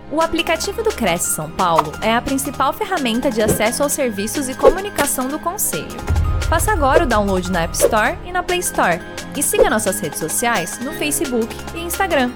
O aplicativo do Cresce São Paulo é a principal ferramenta de acesso aos serviços e comunicação do Conselho. Faça agora o download na App Store e na Play Store. E siga nossas redes sociais no Facebook e Instagram.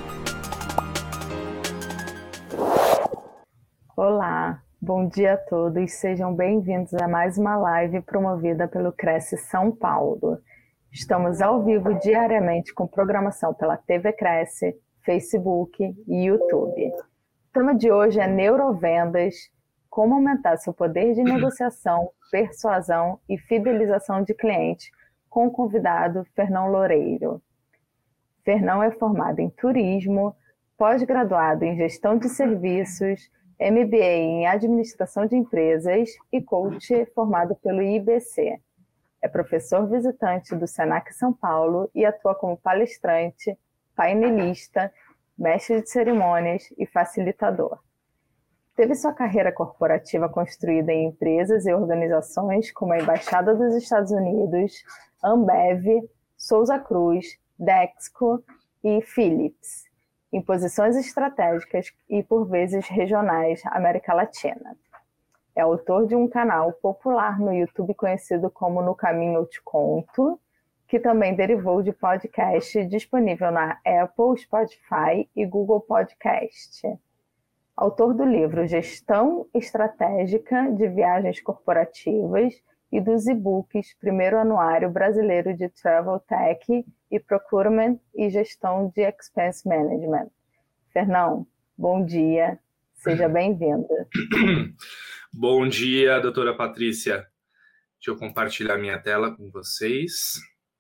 Olá, bom dia a todos. Sejam bem-vindos a mais uma live promovida pelo Cresce São Paulo. Estamos ao vivo diariamente com programação pela TV Cresce, Facebook e YouTube. O tema de hoje é neurovendas, como aumentar seu poder de negociação, persuasão e fidelização de cliente, com o convidado Fernão Loureiro. Fernão é formado em turismo, pós-graduado em gestão de serviços, MBA em administração de empresas e coach formado pelo IBC. É professor visitante do Senac São Paulo e atua como palestrante, painelista, mestre de cerimônias e facilitador. Teve sua carreira corporativa construída em empresas e organizações como a Embaixada dos Estados Unidos, Ambev, Souza Cruz, Dexco e Philips, em posições estratégicas e, por vezes, regionais América Latina. É autor de um canal popular no YouTube conhecido como No Caminho Eu Te Conto, que também derivou de podcast disponível na Apple, Spotify e Google Podcast. Autor do livro Gestão Estratégica de Viagens Corporativas e dos e-books Primeiro Anuário Brasileiro de Travel Tech e Procurement e Gestão de Expense Management. Fernão, bom dia, seja bem-vindo. Bom dia, doutora Patrícia. Deixa eu compartilhar minha tela com vocês.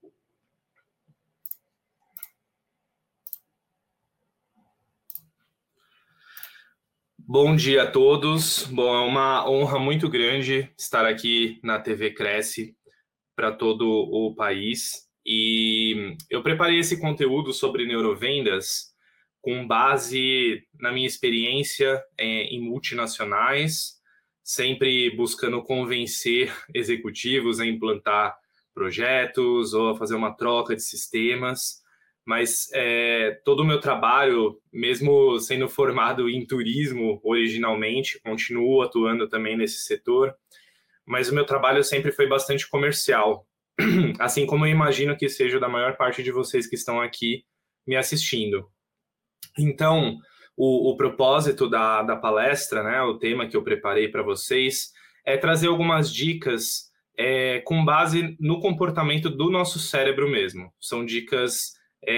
Bom dia a todos. Bom, é uma honra muito grande estar aqui na TV Cresce para todo o país. E eu preparei esse conteúdo sobre neurovendas com base na minha experiência em multinacionais, sempre buscando convencer executivos a implantar projetos ou a fazer uma troca de sistemas. Mas todo o meu trabalho, mesmo sendo formado em turismo originalmente, continuo atuando também nesse setor, mas o meu trabalho sempre foi bastante comercial, assim como eu imagino que seja da maior parte de vocês que estão aqui me assistindo. Então, o propósito da palestra, né, o tema que eu preparei para vocês, é trazer algumas dicas com base no comportamento do nosso cérebro mesmo. São dicas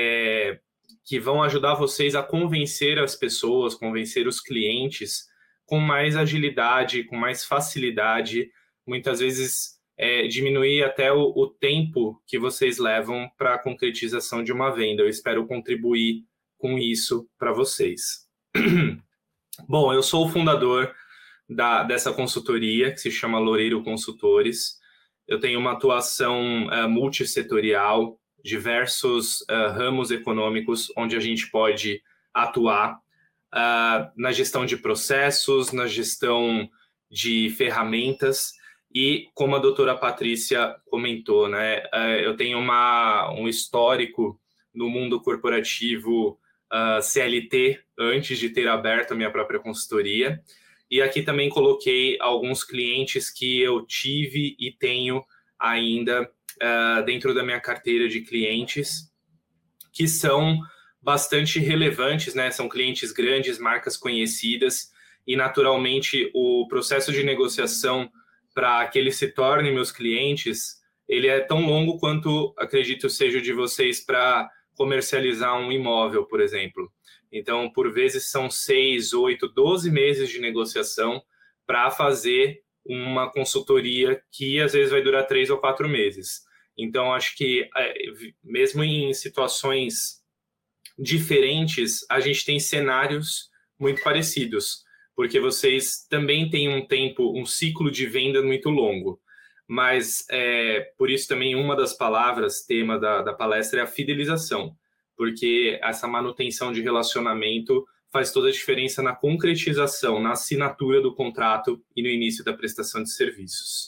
que vão ajudar vocês a convencer as pessoas, convencer os clientes com mais agilidade, com mais facilidade, muitas vezes diminuir até o tempo que vocês levam para a concretização de uma venda. Eu espero contribuir com isso para vocês. Bom, eu sou o fundador dessa consultoria, que se chama Loureiro Consultores. Eu tenho uma atuação multissetorial, diversos ramos econômicos onde a gente pode atuar na gestão de processos, na gestão de ferramentas e, como a doutora Patrícia comentou, né, eu tenho um histórico no mundo corporativo CLT antes de ter aberto a minha própria consultoria, e aqui também coloquei alguns clientes que eu tive e tenho ainda dentro da minha carteira de clientes, que são bastante relevantes, né? São clientes grandes, marcas conhecidas, e naturalmente o processo de negociação para que eles se tornem meus clientes, ele é tão longo quanto, acredito, seja o de vocês para comercializar um imóvel, por exemplo. Então, por vezes são 6, 8, 12 meses de negociação para fazer uma consultoria que às vezes vai durar 3 ou 4 meses. Então, acho que mesmo em situações diferentes, a gente tem cenários muito parecidos, porque vocês também têm um ciclo de venda muito longo. Mas, por isso também uma das palavras, tema da palestra, é a fidelização, porque essa manutenção de relacionamento faz toda a diferença na concretização, na assinatura do contrato e no início da prestação de serviços.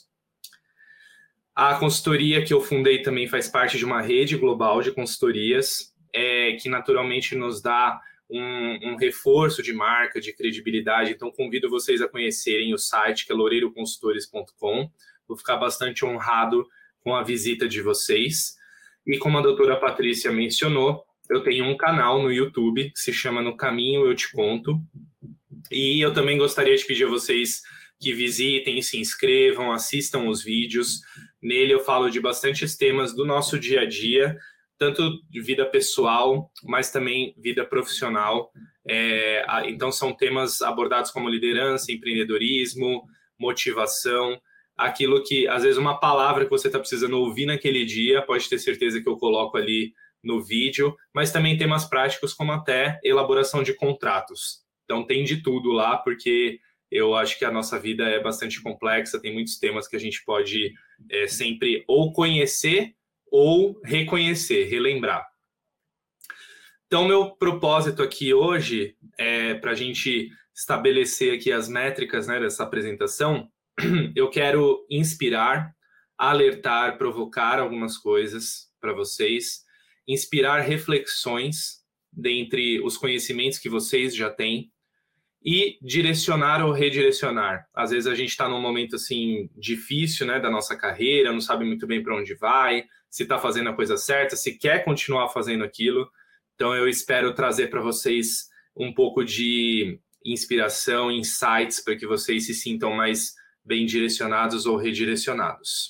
A consultoria que eu fundei também faz parte de uma rede global de consultorias, que naturalmente nos dá um reforço de marca, de credibilidade. Então, convido vocês a conhecerem o site, que é loureiroconsultores.com. Vou ficar bastante honrado com a visita de vocês. E como a doutora Patrícia mencionou, eu tenho um canal no YouTube que se chama No Caminho Eu Te Conto. E eu também gostaria de pedir a vocês que visitem, se inscrevam, assistam os vídeos. Nele eu falo de bastantes temas do nosso dia a dia, tanto de vida pessoal, mas também vida profissional. Então são temas abordados como liderança, empreendedorismo, motivação, aquilo que, às vezes, uma palavra que você está precisando ouvir naquele dia, pode ter certeza que eu coloco ali no vídeo, mas também temas práticos como até elaboração de contratos. Então tem de tudo lá, porque eu acho que a nossa vida é bastante complexa, tem muitos temas que a gente pode sempre ou conhecer ou reconhecer, relembrar. Então, meu propósito aqui hoje é para a gente estabelecer aqui as métricas, né, dessa apresentação. Eu quero inspirar, alertar, provocar algumas coisas para vocês, inspirar reflexões dentre os conhecimentos que vocês já têm, e direcionar ou redirecionar. Às vezes a gente está num momento assim difícil, né, da nossa carreira, não sabe muito bem para onde vai, se está fazendo a coisa certa, se quer continuar fazendo aquilo. Então eu espero trazer para vocês um pouco de inspiração, insights, para que vocês se sintam mais bem direcionados ou redirecionados.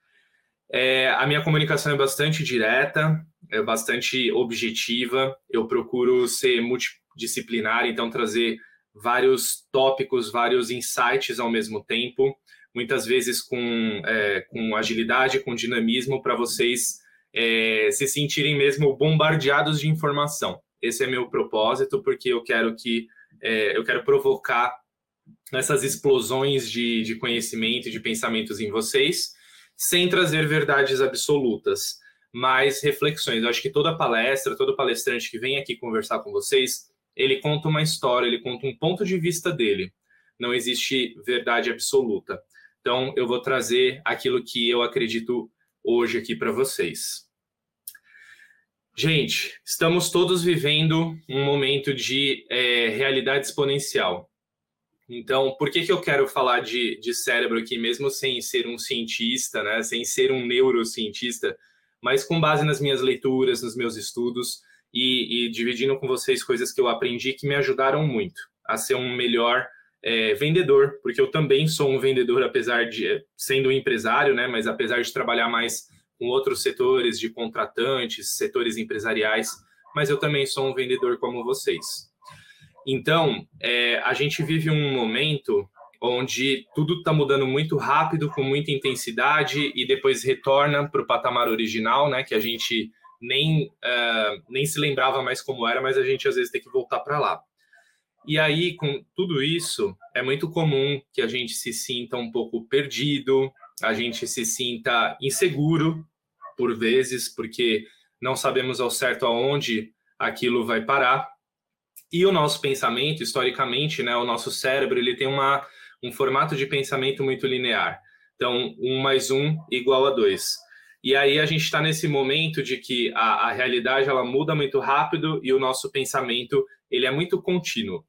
A minha comunicação é bastante direta, é bastante objetiva. Eu procuro ser multidisciplinar, então trazer vários tópicos, vários insights ao mesmo tempo, muitas vezes com agilidade, com dinamismo, para vocês se sentirem mesmo bombardeados de informação. Esse é meu propósito, porque eu quero provocar essas explosões de conhecimento e de pensamentos em vocês, sem trazer verdades absolutas, mas reflexões. Eu acho que toda palestra, todo palestrante que vem aqui conversar com vocês, ele conta uma história, ele conta um ponto de vista dele. Não existe verdade absoluta. Então, eu vou trazer aquilo que eu acredito hoje aqui para vocês. Gente, estamos todos vivendo um momento de realidade exponencial. Então, por que eu quero falar de cérebro aqui, mesmo sem ser um cientista, né? Sem ser um neurocientista, mas com base nas minhas leituras, nos meus estudos, e dividindo com vocês coisas que eu aprendi que me ajudaram muito a ser um melhor vendedor, porque eu também sou um vendedor, apesar de sendo um empresário, né? Mas apesar de trabalhar mais com outros setores, de contratantes, setores empresariais, mas eu também sou um vendedor como vocês. Então, a gente vive um momento onde tudo está mudando muito rápido, com muita intensidade, e depois retorna para o patamar original, né? Que a gente nem se lembrava mais como era, mas a gente às vezes tem que voltar para lá. E aí, com tudo isso, é muito comum que a gente se sinta um pouco perdido, a gente se sinta inseguro, por vezes, porque não sabemos ao certo aonde aquilo vai parar. E o nosso pensamento, historicamente, né, o nosso cérebro, ele tem um formato de pensamento muito linear. Então, 1 mais 1 igual a 2. E aí a gente está nesse momento de que a realidade ela muda muito rápido e o nosso pensamento ele é muito contínuo.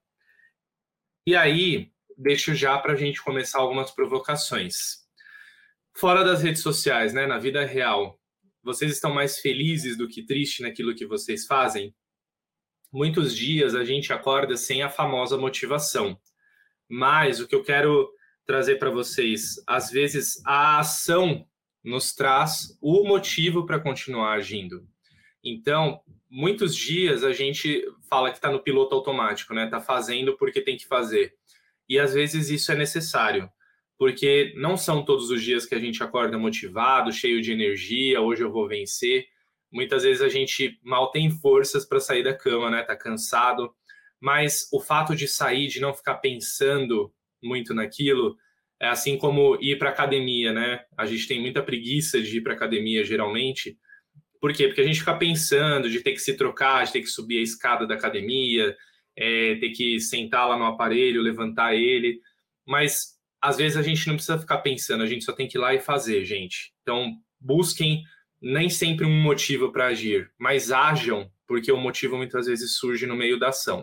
E aí, deixo já para a gente começar algumas provocações. Fora das redes sociais, né, na vida real, vocês estão mais felizes do que tristes naquilo que vocês fazem? Muitos dias a gente acorda sem a famosa motivação. Mas o que eu quero trazer para vocês, às vezes a ação nos traz o motivo para continuar agindo. Então, muitos dias a gente fala que está no piloto automático, né? Está fazendo porque tem que fazer. E às vezes isso é necessário, porque não são todos os dias que a gente acorda motivado, cheio de energia, hoje eu vou vencer. Muitas vezes a gente mal tem forças para sair da cama, né? Tá cansado. Mas o fato de sair, de não ficar pensando muito naquilo, é assim como ir para academia, né? A gente tem muita preguiça de ir para academia, geralmente. Por quê? Porque a gente fica pensando de ter que se trocar, de ter que subir a escada da academia, ter que sentar lá no aparelho, levantar ele. Mas, às vezes, a gente não precisa ficar pensando, a gente só tem que ir lá e fazer, gente. Então, busquem nem sempre um motivo para agir, mas ajam porque o motivo muitas vezes surge no meio da ação.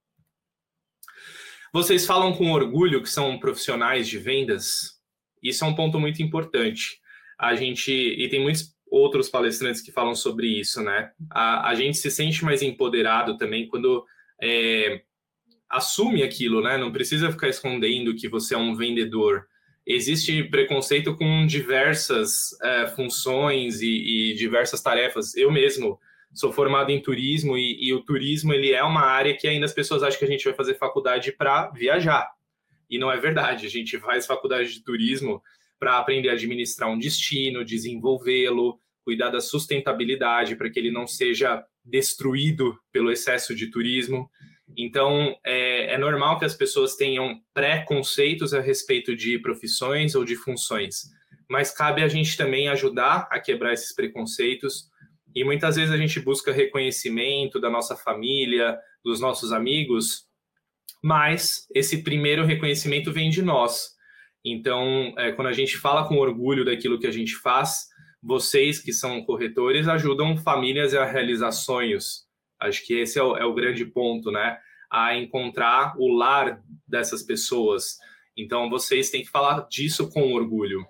Vocês falam com orgulho que são profissionais de vendas? Isso é um ponto muito importante. E tem muitos outros palestrantes que falam sobre isso, né? A gente se sente mais empoderado também quando assume aquilo, né? Não precisa ficar escondendo que você é um vendedor. Existe preconceito com diversas funções e diversas tarefas. Eu mesmo sou formado em turismo e o turismo ele é uma área que ainda as pessoas acham que a gente vai fazer faculdade para viajar. E não é verdade. A gente faz faculdade de turismo para aprender a administrar um destino, desenvolvê-lo, cuidar da sustentabilidade para que ele não seja destruído pelo excesso de turismo. Então, é normal que as pessoas tenham preconceitos a respeito de profissões ou de funções, mas cabe a gente também ajudar a quebrar esses preconceitos. E muitas vezes a gente busca reconhecimento da nossa família, dos nossos amigos, mas esse primeiro reconhecimento vem de nós. Então, quando a gente fala com orgulho daquilo que a gente faz, vocês que são corretores ajudam famílias a realizar sonhos. Acho que esse é o grande ponto, né? A encontrar o lar dessas pessoas. Então, vocês têm que falar disso com orgulho.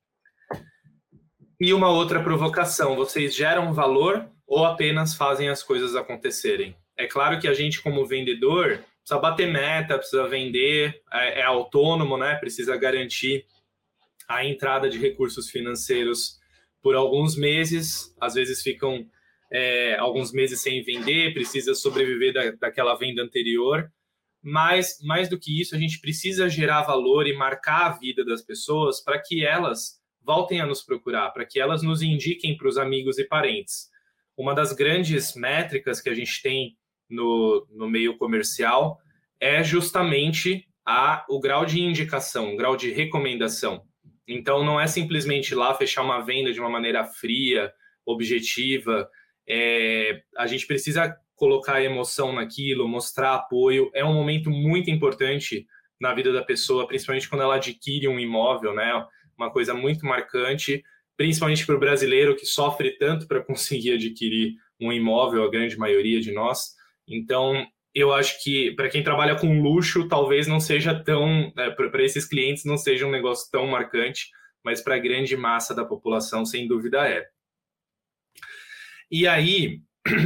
E uma outra provocação, vocês geram valor ou apenas fazem as coisas acontecerem? É claro que a gente, como vendedor, precisa bater meta, precisa vender, é autônomo, né? Precisa garantir a entrada de recursos financeiros por alguns meses, às vezes ficam alguns meses sem vender, precisa sobreviver daquela venda anterior, mas mais do que isso, a gente precisa gerar valor e marcar a vida das pessoas para que elas voltem a nos procurar, para que elas nos indiquem para os amigos e parentes. Uma das grandes métricas que a gente tem no meio comercial é justamente o grau de indicação, o grau de recomendação. Então, não é simplesmente ir lá fechar uma venda de uma maneira fria, objetiva. A gente precisa colocar emoção naquilo, mostrar apoio. É um momento muito importante na vida da pessoa, principalmente quando ela adquire um imóvel, né? Uma coisa muito marcante, principalmente para o brasileiro que sofre tanto para conseguir adquirir um imóvel, a grande maioria de nós. Então, eu acho que para quem trabalha com luxo, talvez não seja tão, para esses clientes não seja um negócio tão marcante, mas para a grande massa da população, sem dúvida é. E aí,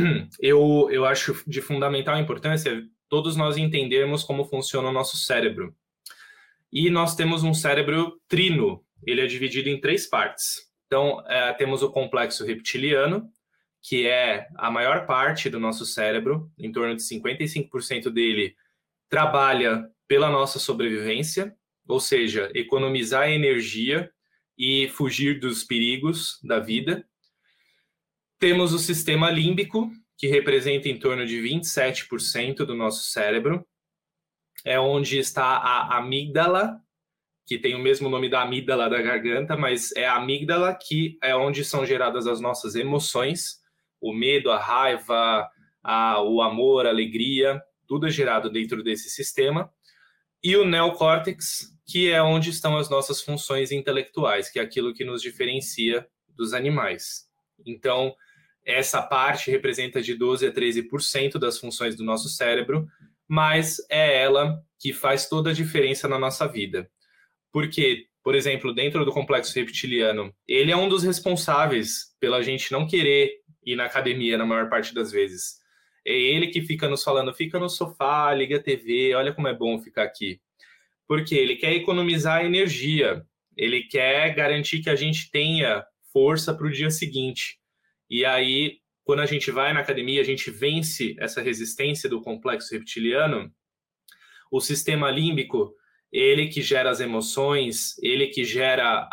eu acho de fundamental importância todos nós entendermos como funciona o nosso cérebro. E nós temos um cérebro trino, ele é dividido em 3 partes. Então, temos o complexo reptiliano, que é a maior parte do nosso cérebro, em torno de 55% dele trabalha pela nossa sobrevivência, ou seja, economizar energia e fugir dos perigos da vida. Temos o sistema límbico, que representa em torno de 27% do nosso cérebro, é onde está a amígdala, que tem o mesmo nome da amígdala da garganta, mas é a amígdala que é onde são geradas as nossas emoções, o medo, a raiva, o amor, a alegria, tudo é gerado dentro desse sistema. E o neocórtex, que é onde estão as nossas funções intelectuais, que é aquilo que nos diferencia dos animais. Então, essa parte representa de 12% a 13% das funções do nosso cérebro, mas é ela que faz toda a diferença na nossa vida. Porque, por exemplo, dentro do complexo reptiliano, ele é um dos responsáveis pela gente não querer ir na academia na maior parte das vezes. É ele que fica nos falando, fica no sofá, liga a TV, olha como é bom ficar aqui. Porque ele quer economizar energia, ele quer garantir que a gente tenha força para o dia seguinte. E aí, quando a gente vai na academia, a gente vence essa resistência do complexo reptiliano, o sistema límbico, ele que gera as emoções, ele que gera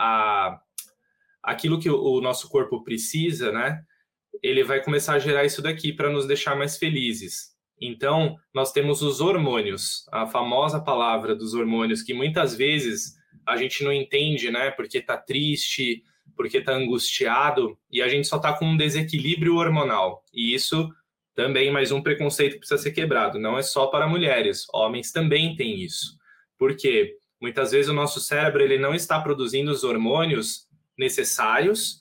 aquilo que o nosso corpo precisa, né? Ele vai começar a gerar isso daqui para nos deixar mais felizes. Então, nós temos os hormônios, a famosa palavra dos hormônios, que muitas vezes a gente não entende, né? Porque está triste, porque está angustiado, e a gente só está com um desequilíbrio hormonal. E isso também, mais um preconceito que precisa ser quebrado. Não é só para mulheres, homens também têm isso. Por quê? Muitas vezes o nosso cérebro ele não está produzindo os hormônios necessários,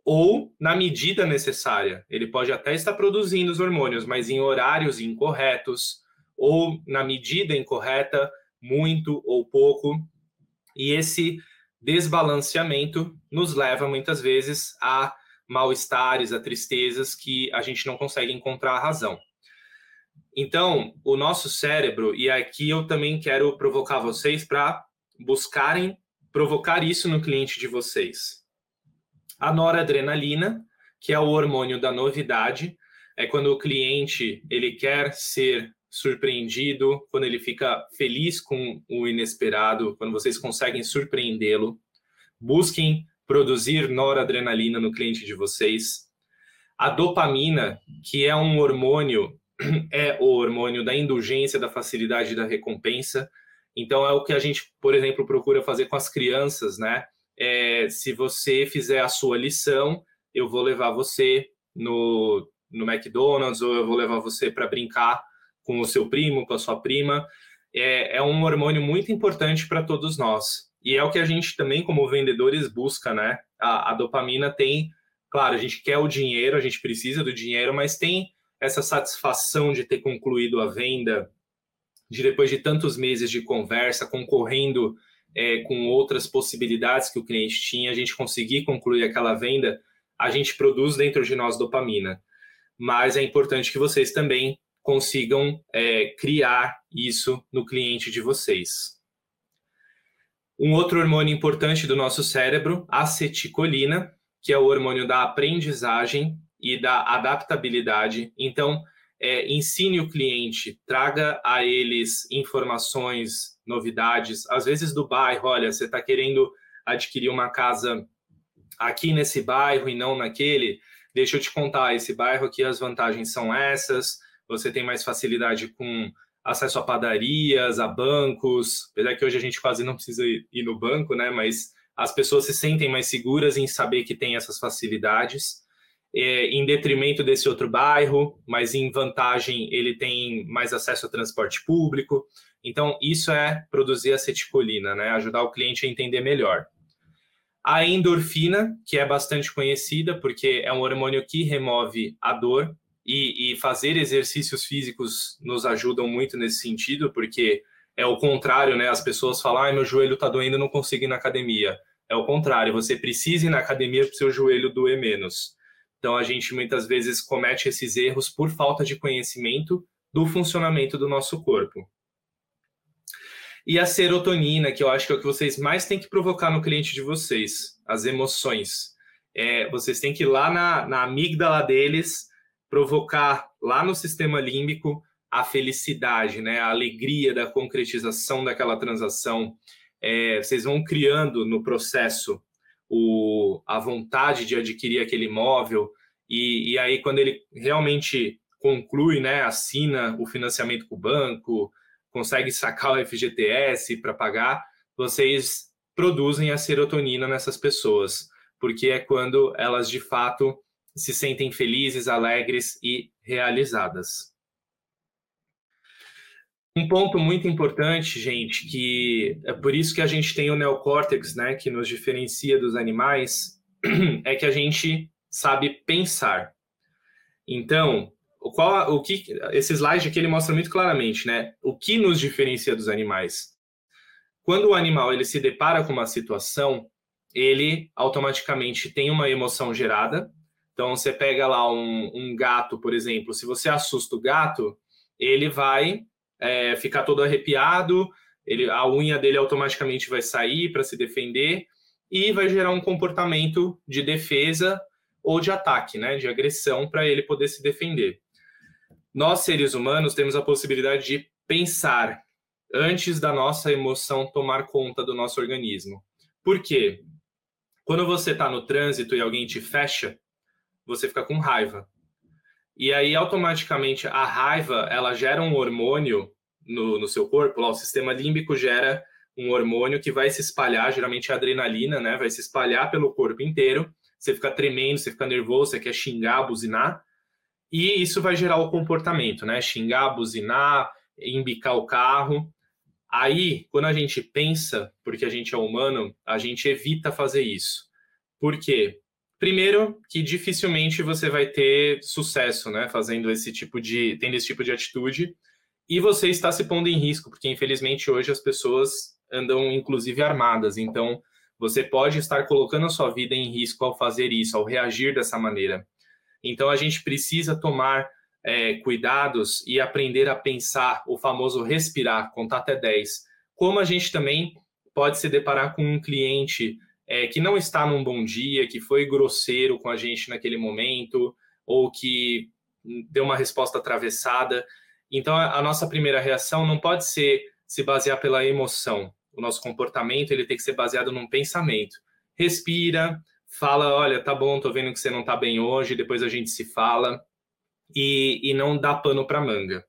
ou na medida necessária. Ele pode até estar produzindo os hormônios, mas em horários incorretos, ou na medida incorreta, muito ou pouco. E esse desbalanceamento nos leva muitas vezes a mal-estares, a tristezas que a gente não consegue encontrar a razão. Então, o nosso cérebro, e aqui eu também quero provocar vocês para buscarem provocar isso no cliente de vocês. A noradrenalina, que é o hormônio da novidade, é quando o cliente ele quer ser surpreendido, quando ele fica feliz com o inesperado, quando vocês conseguem surpreendê-lo. Busquem produzir noradrenalina no cliente de vocês. A dopamina, que é um hormônio, é o hormônio da indulgência, da facilidade da recompensa. Então, é o que a gente, por exemplo, procura fazer com as crianças, né? Se você fizer a sua lição, eu vou levar você no McDonald's, ou eu vou levar você para brincar com o seu primo, com a sua prima. É um hormônio muito importante para todos nós. E é o que a gente também, como vendedores, busca, né? A dopamina tem... Claro, a gente quer o dinheiro, a gente precisa do dinheiro, mas tem essa satisfação de ter concluído a venda, de depois de tantos meses de conversa, concorrendo com outras possibilidades que o cliente tinha, a gente conseguir concluir aquela venda, a gente produz dentro de nós dopamina. Mas é importante que vocês também consigam criar isso no cliente de vocês. Um outro hormônio importante do nosso cérebro, acetilcolina, que é o hormônio da aprendizagem e da adaptabilidade. Então, ensine o cliente, traga a eles informações, novidades, às vezes do bairro. Olha, você está querendo adquirir uma casa aqui nesse bairro e não naquele? Deixa eu te contar, esse bairro aqui, as vantagens são essas, você tem mais facilidade com acesso a padarias, a bancos, apesar que hoje a gente quase não precisa ir no banco, né? Mas as pessoas se sentem mais seguras em saber que tem essas facilidades, em detrimento desse outro bairro, mas em vantagem ele tem mais acesso a transporte público. Então, isso é produzir acetilcolina, né? Ajudar o cliente a entender melhor. A endorfina, que é bastante conhecida, porque é um hormônio que remove a dor, e fazer exercícios físicos nos ajudam muito nesse sentido, porque é o contrário, né? As pessoas falam, meu joelho está doendo, não consigo ir na academia. É o contrário, você precisa ir na academia para o seu joelho doer menos. Então, a gente muitas vezes comete esses erros por falta de conhecimento do funcionamento do nosso corpo. E a serotonina, que eu acho que é o que vocês mais têm que provocar no cliente de vocês, as emoções. Vocês têm que ir lá na amígdala deles, provocar lá no sistema límbico a felicidade, né? A alegria da concretização daquela transação. Vocês vão criando no processo a vontade de adquirir aquele imóvel, e aí quando ele realmente conclui, né, assina o financiamento com o banco, consegue sacar o FGTS para pagar, vocês produzem a serotonina nessas pessoas, porque é quando elas de fato se sentem felizes, alegres e realizadas. Um ponto muito importante, gente, que é por isso que a gente tem o neocórtex, né, que nos diferencia dos animais, é que a gente sabe pensar. Então, esse slide aqui ele mostra muito claramente, né, o que nos diferencia dos animais. Quando o animal ele se depara com uma situação, ele automaticamente tem uma emoção gerada. Então, você pega lá um gato, por exemplo, se você assusta o gato, ele vai ficar todo arrepiado, a unha dele automaticamente vai sair para se defender e vai gerar um comportamento de defesa ou de ataque, né, de agressão, para ele poder se defender. Nós, seres humanos, temos a possibilidade de pensar antes da nossa emoção tomar conta do nosso organismo. Por quê? Quando você está no trânsito e alguém te fecha, você fica com raiva. E aí, automaticamente, a raiva, ela gera um hormônio no seu corpo. Lá, o sistema límbico gera um hormônio que vai se espalhar, geralmente a adrenalina, né? Vai se espalhar pelo corpo inteiro. Você fica tremendo, você fica nervoso, você quer xingar, buzinar. E isso vai gerar o comportamento, né? Xingar, buzinar, embicar o carro. Aí, quando a gente pensa, porque a gente é humano, a gente evita fazer isso. Por quê? Primeiro, que dificilmente você vai ter sucesso, né, tendo esse tipo de atitude, e você está se pondo em risco, porque infelizmente hoje as pessoas andam inclusive armadas, então você pode estar colocando a sua vida em risco ao fazer isso, ao reagir dessa maneira. Então a gente precisa tomar cuidados e aprender a pensar, o famoso respirar, contar até 10. Como a gente também pode se deparar com um cliente que não está num bom dia, que foi grosseiro com a gente naquele momento, ou que deu uma resposta atravessada. Então, a nossa primeira reação não pode ser se basear pela emoção. O nosso comportamento ele tem que ser baseado num pensamento. Respira, fala, olha, tá bom, tô vendo que você não tá bem hoje, depois a gente se fala, e não dá pano para manga.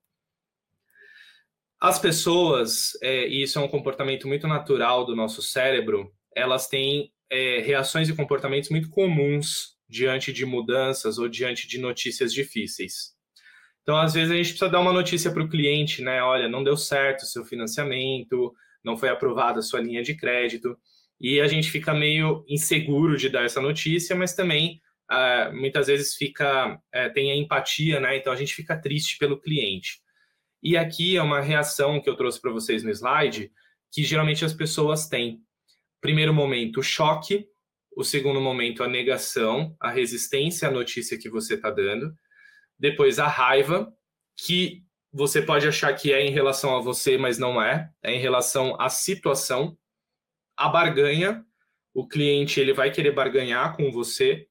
As pessoas, e isso é um comportamento muito natural do nosso cérebro, elas têm reações e comportamentos muito comuns diante de mudanças ou diante de notícias difíceis. Então, às vezes, a gente precisa dar uma notícia para o cliente, né? Olha, não deu certo o seu financiamento, não foi aprovada a sua linha de crédito, e a gente fica meio inseguro de dar essa notícia, mas também, muitas vezes, tem a empatia, né? Então, a gente fica triste pelo cliente. E aqui é uma reação que eu trouxe para vocês no slide, que geralmente as pessoas têm. Primeiro momento, o choque. O segundo momento, a negação, a resistência à notícia que você está dando. Depois, a raiva, que você pode achar que é em relação a você, mas não é. É em relação à situação. A barganha, o cliente ele vai querer barganhar com você.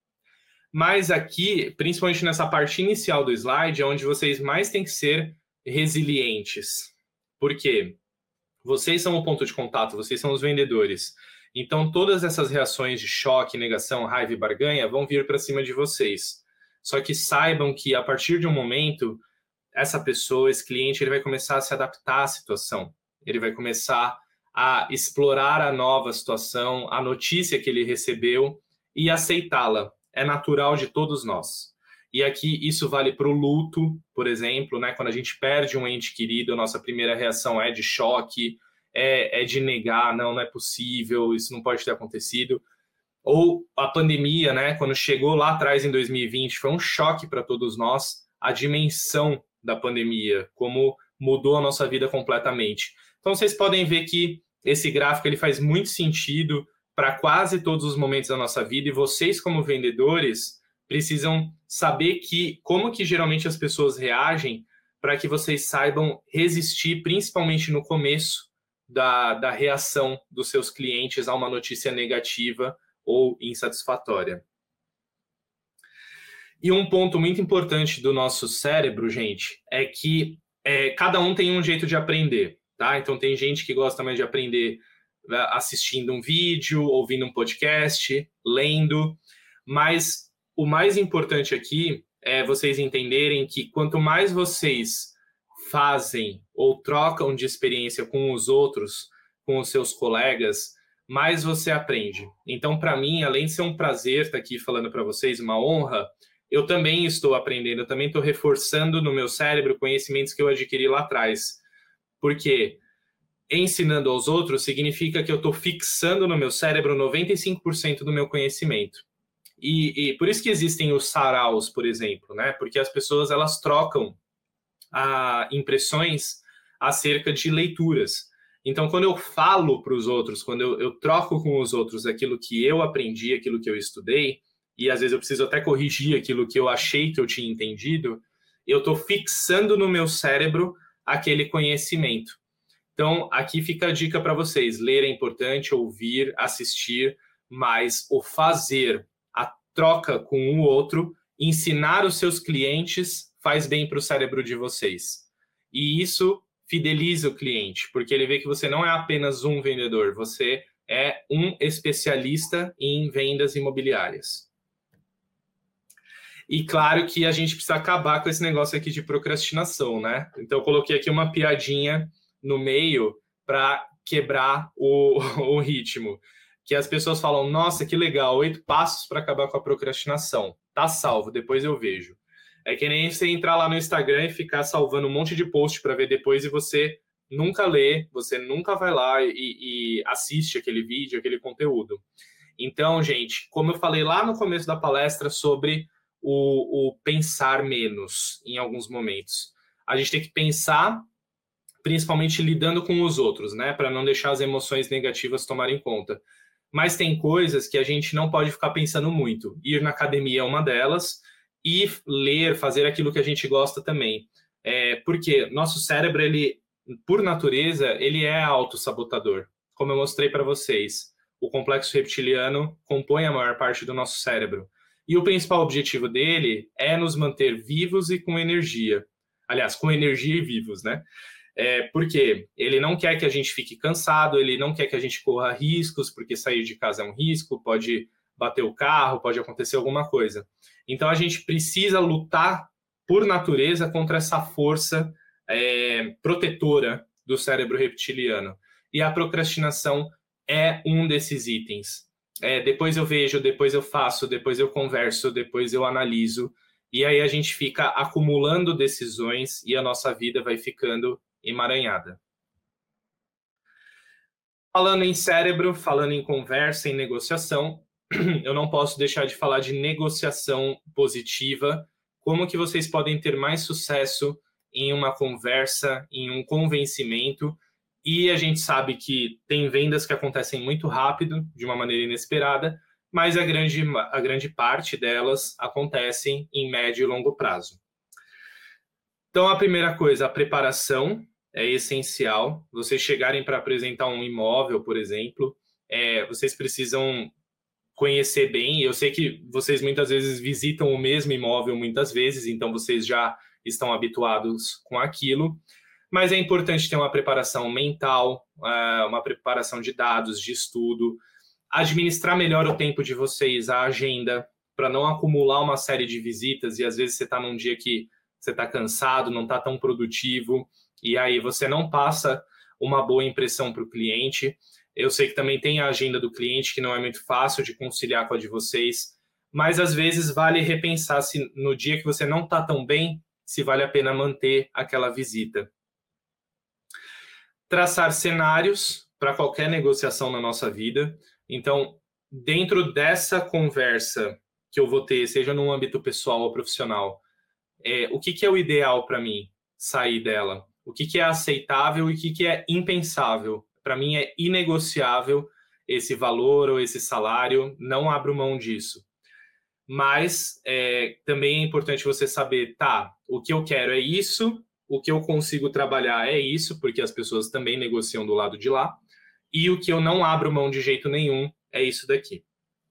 Mas aqui, principalmente nessa parte inicial do slide, é onde vocês mais têm que ser resilientes. Por quê? Vocês são o ponto de contato, vocês são os vendedores. Então, todas essas reações de choque, negação, raiva e barganha vão vir para cima de vocês. Só que saibam que, a partir de um momento, essa pessoa, esse cliente, ele vai começar a se adaptar à situação. Ele vai começar a explorar a nova situação, a notícia que ele recebeu e aceitá-la. É natural de todos nós. E aqui isso vale para o luto, por exemplo, né? Quando a gente perde um ente querido, a nossa primeira reação é de choque, é de negar, não é possível, isso não pode ter acontecido. Ou a pandemia, né? Quando chegou lá atrás em 2020, foi um choque para todos nós a dimensão da pandemia, como mudou a nossa vida completamente. Então vocês podem ver que esse gráfico ele faz muito sentido para quase todos os momentos da nossa vida, e vocês como vendedores precisam saber como que geralmente as pessoas reagem para que vocês saibam resistir, principalmente no começo da reação dos seus clientes a uma notícia negativa ou insatisfatória. E um ponto muito importante do nosso cérebro, gente, é que cada um tem um jeito de aprender, tá? Então tem gente que gosta mais de aprender assistindo um vídeo, ouvindo um podcast, lendo, mas o mais importante aqui é vocês entenderem que quanto mais vocês fazem ou trocam de experiência com os outros, com os seus colegas, mais você aprende. Então, para mim, além de ser um prazer estar aqui falando para vocês, uma honra, eu também estou aprendendo, eu também estou reforçando no meu cérebro conhecimentos que eu adquiri lá atrás. Porque ensinando aos outros significa que eu estou fixando no meu cérebro 95% do meu conhecimento. E por isso que existem os saraus, por exemplo, né? Porque as pessoas elas trocam impressões acerca de leituras. Então, quando eu falo para os outros, quando eu troco com os outros aquilo que eu aprendi, aquilo que eu estudei, e às vezes eu preciso até corrigir aquilo que eu achei que eu tinha entendido, eu estou fixando no meu cérebro aquele conhecimento. Então, aqui fica a dica para vocês. Ler é importante, ouvir, assistir, mas o fazer, a troca com o outro, ensinar os seus clientes faz bem para o cérebro de vocês. E isso fideliza o cliente, porque ele vê que você não é apenas um vendedor, você é um especialista em vendas imobiliárias. E claro que a gente precisa acabar com esse negócio aqui de procrastinação, né? Então eu coloquei aqui uma piadinha no meio para quebrar o ritmo. Que as pessoas falam, nossa, que legal, 8 passos para acabar com a procrastinação. Tá salvo, depois eu vejo. É que nem você entrar lá no Instagram e ficar salvando um monte de post para ver depois e você nunca lê, você nunca vai lá e assiste aquele vídeo, aquele conteúdo. Então, gente, como eu falei lá no começo da palestra sobre o pensar menos em alguns momentos, a gente tem que pensar principalmente lidando com os outros, né, para não deixar as emoções negativas tomarem conta. Mas tem coisas que a gente não pode ficar pensando muito. Ir na academia é uma delas, e ler, fazer aquilo que a gente gosta também. Porque nosso cérebro, ele, por natureza, ele é autossabotador. Como eu mostrei para vocês, o complexo reptiliano compõe a maior parte do nosso cérebro. E o principal objetivo dele é nos manter vivos e com energia. Aliás, com energia e vivos, né? Porque ele não quer que a gente fique cansado, ele não quer que a gente corra riscos, porque sair de casa é um risco, pode bater o carro, pode acontecer alguma coisa. Então, a gente precisa lutar, por natureza, contra essa força protetora do cérebro reptiliano. E a procrastinação é um desses itens. Depois eu vejo, depois eu faço, depois eu converso, depois eu analiso, e aí a gente fica acumulando decisões e a nossa vida vai ficando emaranhada. Falando em cérebro, falando em conversa, em negociação, eu não posso deixar de falar de negociação positiva. Como que vocês podem ter mais sucesso em uma conversa, em um convencimento? E a gente sabe que tem vendas que acontecem muito rápido, de uma maneira inesperada, mas a grande parte delas acontecem em médio e longo prazo. Então, a primeira coisa, a preparação é essencial. Vocês chegarem para apresentar um imóvel, por exemplo, vocês precisam conhecer bem. Eu sei que vocês muitas vezes visitam o mesmo imóvel muitas vezes, então vocês já estão habituados com aquilo, mas é importante ter uma preparação mental, uma preparação de dados, de estudo, administrar melhor o tempo de vocês, a agenda, para não acumular uma série de visitas, e às vezes você está num dia que você está cansado, não está tão produtivo, e aí você não passa uma boa impressão para o cliente. Eu sei que também tem a agenda do cliente, que não é muito fácil de conciliar com a de vocês, mas às vezes vale repensar se no dia que você não está tão bem, se vale a pena manter aquela visita. Traçar cenários para qualquer negociação na nossa vida. Então, dentro dessa conversa que eu vou ter, seja no âmbito pessoal ou profissional, o que é o ideal para mim sair dela? O que é aceitável e o que é impensável? Para mim é inegociável esse valor ou esse salário, não abro mão disso. Mas também é importante você saber, o que eu quero é isso, o que eu consigo trabalhar é isso, porque as pessoas também negociam do lado de lá, e o que eu não abro mão de jeito nenhum é isso daqui.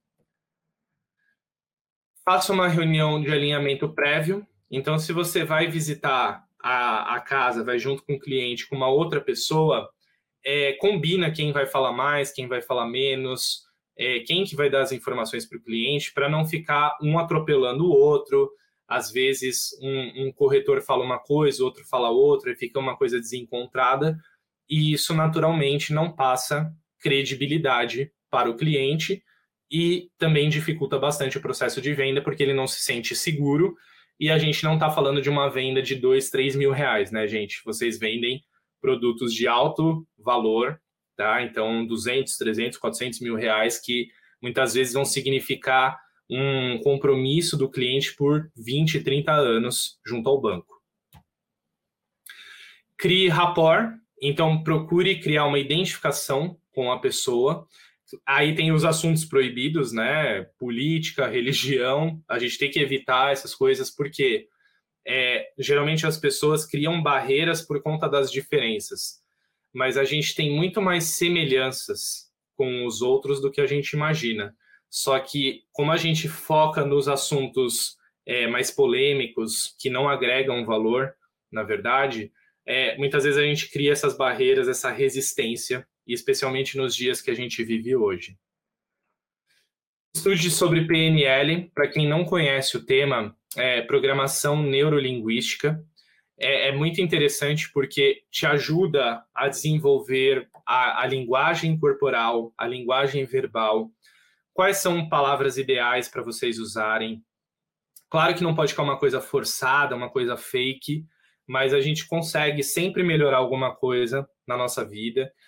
Faça uma reunião de alinhamento prévio. Então, se você vai visitar a casa, vai junto com o cliente, com uma outra pessoa, combina quem vai falar mais, quem vai falar menos, quem que vai dar as informações para o cliente, para não ficar um atropelando o outro. Às vezes, um corretor fala uma coisa, outro fala outra, e fica uma coisa desencontrada, e isso naturalmente não passa credibilidade para o cliente e também dificulta bastante o processo de venda, porque ele não se sente seguro. E a gente não está falando de uma venda de 2, 3 mil reais, né, gente? Vocês vendem produtos de alto valor, tá? Então, 200, 300, 400 mil reais, que muitas vezes vão significar um compromisso do cliente por 20, 30 anos junto ao banco. Crie rapport, então procure criar uma identificação com a pessoa. Aí tem os assuntos proibidos, né? Política, religião, a gente tem que evitar essas coisas porque geralmente as pessoas criam barreiras por conta das diferenças, mas a gente tem muito mais semelhanças com os outros do que a gente imagina. Só que como a gente foca nos assuntos mais polêmicos, que não agregam valor, na verdade, muitas vezes a gente cria essas barreiras, essa resistência, e especialmente nos dias que a gente vive hoje. Estude sobre PNL, para quem não conhece o tema, programação neurolinguística. É muito interessante porque te ajuda a desenvolver a linguagem corporal, a linguagem verbal. Quais são palavras ideais para vocês usarem? Claro que não pode ficar uma coisa forçada, uma coisa fake, mas a gente consegue sempre melhorar alguma coisa na nossa vida.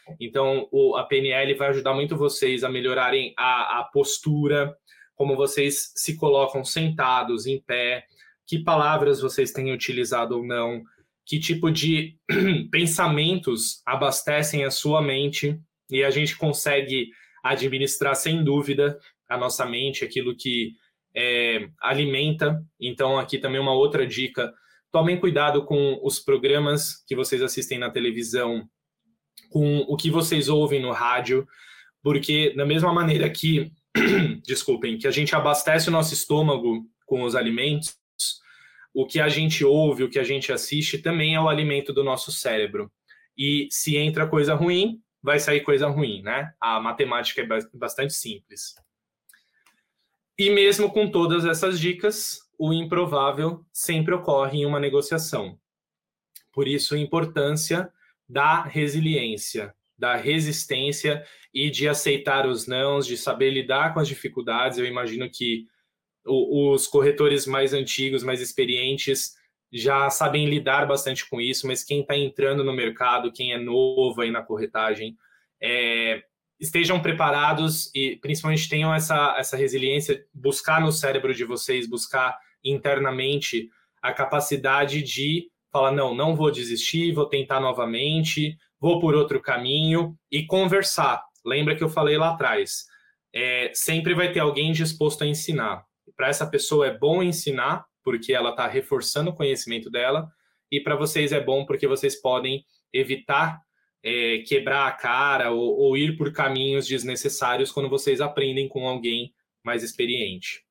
Então, a PNL vai ajudar muito vocês a melhorarem a postura, como vocês se colocam sentados, em pé, que palavras vocês têm utilizado ou não, que tipo de pensamentos abastecem a sua mente, e a gente consegue administrar, sem dúvida, a nossa mente, aquilo que alimenta. Então, aqui também uma outra dica: tomem cuidado com os programas que vocês assistem na televisão, com o que vocês ouvem no rádio, porque da mesma maneira que, desculpem, que a gente abastece o nosso estômago com os alimentos, o que a gente ouve, o que a gente assiste também é o alimento do nosso cérebro. E se entra coisa ruim, vai sair coisa ruim, né? A matemática é bastante simples. E mesmo com todas essas dicas, o improvável sempre ocorre em uma negociação. Por isso, a importância da resiliência, da resistência e de aceitar os nãos, de saber lidar com as dificuldades. Eu imagino que os corretores mais antigos, mais experientes, já sabem lidar bastante com isso, mas quem está entrando no mercado, quem é novo aí na corretagem, estejam preparados e principalmente tenham essa resiliência, buscar no cérebro de vocês, buscar internamente a capacidade de falar, não vou desistir, vou tentar novamente, vou por outro caminho, e conversar. Lembra que eu falei lá atrás, sempre vai ter alguém disposto a ensinar. Para essa pessoa é bom ensinar, porque ela está reforçando o conhecimento dela, e para vocês é bom porque vocês podem evitar quebrar a cara ou ir por caminhos desnecessários quando vocês aprendem com alguém mais experiente.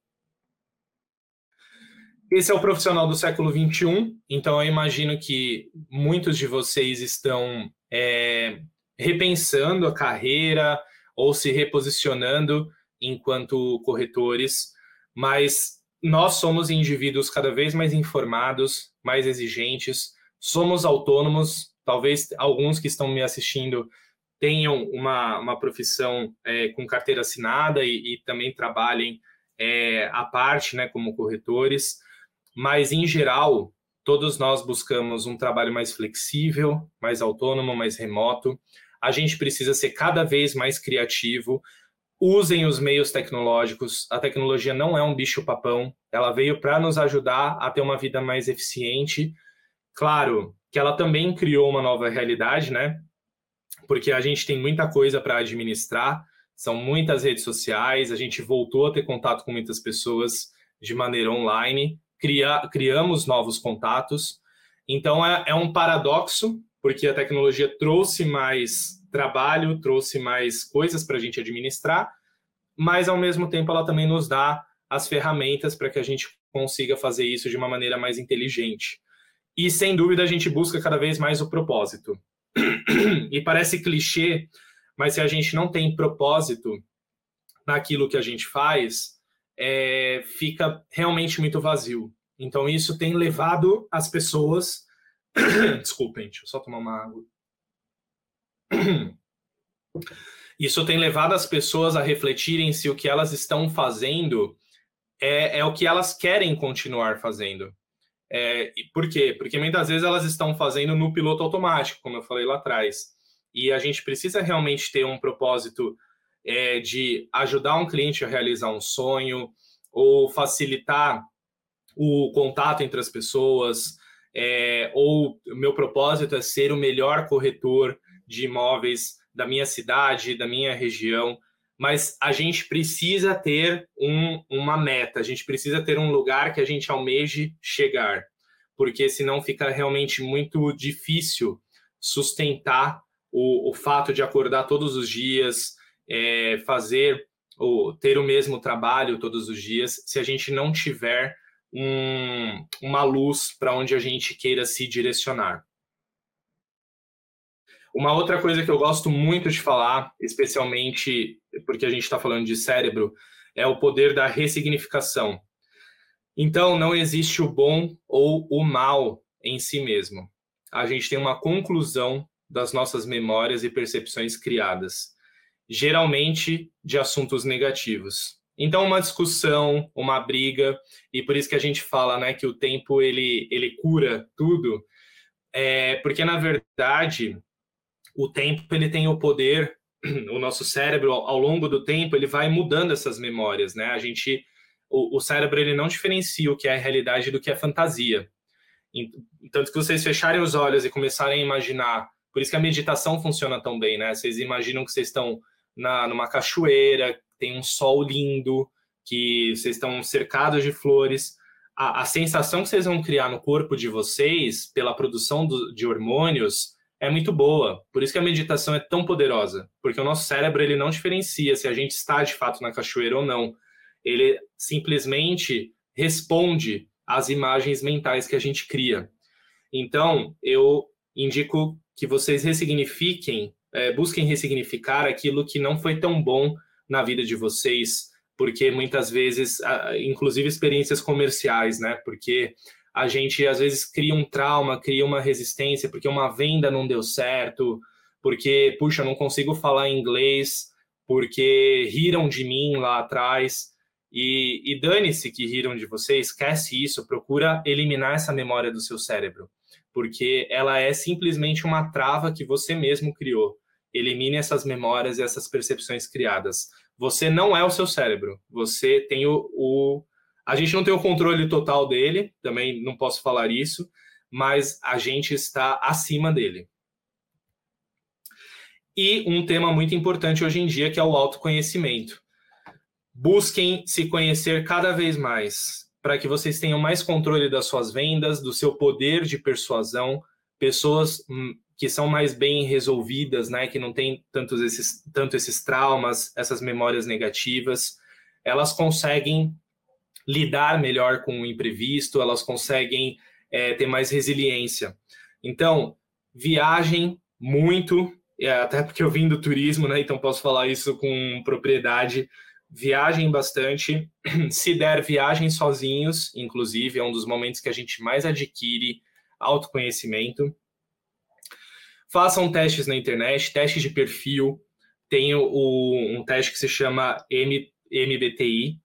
Esse é o profissional do século XXI, então eu imagino que muitos de vocês estão repensando a carreira ou se reposicionando enquanto corretores, mas nós somos indivíduos cada vez mais informados, mais exigentes, somos autônomos. Talvez alguns que estão me assistindo tenham uma profissão com carteira assinada e também trabalhem à parte, né, como corretores, mas, em geral, todos nós buscamos um trabalho mais flexível, mais autônomo, mais remoto. A gente precisa ser cada vez mais criativo. Usem os meios tecnológicos. A tecnologia não é um bicho-papão. Ela veio para nos ajudar a ter uma vida mais eficiente. Claro que ela também criou uma nova realidade, né? Porque a gente tem muita coisa para administrar, são muitas redes sociais, a gente voltou a ter contato com muitas pessoas de maneira online, criamos novos contatos. Então é um paradoxo, porque a tecnologia trouxe mais trabalho, trouxe mais coisas para a gente administrar, mas ao mesmo tempo ela também nos dá as ferramentas para que a gente consiga fazer isso de uma maneira mais inteligente. E, sem dúvida, a gente busca cada vez mais o propósito. E parece clichê, mas se a gente não tem propósito naquilo que a gente faz, fica realmente muito vazio. Então, isso tem levado as pessoas... Desculpem, deixa eu só tomar uma água. Isso tem levado as pessoas a refletirem se o que elas estão fazendo é o que elas querem continuar fazendo. Por quê? Porque muitas vezes elas estão fazendo no piloto automático, como eu falei lá atrás. E a gente precisa realmente ter um propósito de ajudar um cliente a realizar um sonho ou facilitar o contato entre as pessoas, ou o meu propósito é ser o melhor corretor de imóveis da minha cidade, da minha região. Mas a gente precisa ter uma meta, a gente precisa ter um lugar que a gente almeje chegar, porque senão fica realmente muito difícil sustentar o fato de acordar todos os dias, ter o mesmo trabalho todos os dias, se a gente não tiver uma luz para onde a gente queira se direcionar. Uma outra coisa que eu gosto muito de falar, especialmente porque a gente está falando de cérebro, é o poder da ressignificação. Então, não existe o bom ou o mal em si mesmo. A gente tem uma conclusão das nossas memórias e percepções criadas, geralmente de assuntos negativos. Então, uma discussão, uma briga, e por isso que a gente fala, né, que o tempo ele cura tudo, porque, na verdade, o tempo ele tem o poder, o nosso cérebro, ao longo do tempo, ele vai mudando essas memórias, né? O cérebro ele não diferencia o que é realidade do que é fantasia. Tanto que vocês fecharem os olhos e começarem a imaginar, por isso que a meditação funciona tão bem, né? Vocês imaginam que vocês estão numa cachoeira, tem um sol lindo, que vocês estão cercados de flores. A sensação que vocês vão criar no corpo de vocês, pela produção de hormônios, é muito boa. Por isso que a meditação é tão poderosa, porque o nosso cérebro ele não diferencia se a gente está de fato na cachoeira ou não. Ele simplesmente responde às imagens mentais que a gente cria. Então, eu indico que vocês busquem ressignificar aquilo que não foi tão bom na vida de vocês, porque muitas vezes, inclusive experiências comerciais, né? Porque a gente às vezes cria um trauma, cria uma resistência, porque uma venda não deu certo, porque, puxa, eu não consigo falar inglês, porque riram de mim lá atrás. E dane-se que riram de você, esquece isso, procura eliminar essa memória do seu cérebro, porque ela é simplesmente uma trava que você mesmo criou. Elimine essas memórias e essas percepções criadas. Você não é o seu cérebro, você tem a gente não tem o controle total dele, também não posso falar isso, mas a gente está acima dele. E um tema muito importante hoje em dia, que é o autoconhecimento. Busquem se conhecer cada vez mais, para que vocês tenham mais controle das suas vendas, do seu poder de persuasão, pessoas que são mais bem resolvidas, né, que não têm tanto esses traumas, essas memórias negativas, elas conseguem lidar melhor com o imprevisto, elas conseguem ter mais resiliência. Então, viajem muito, até porque eu vim do turismo, né, então posso falar isso com propriedade. Viajem bastante, se der, viajem sozinhos, inclusive, é um dos momentos que a gente mais adquire autoconhecimento. Façam testes na internet, testes de perfil, tem um teste que se chama MTBI,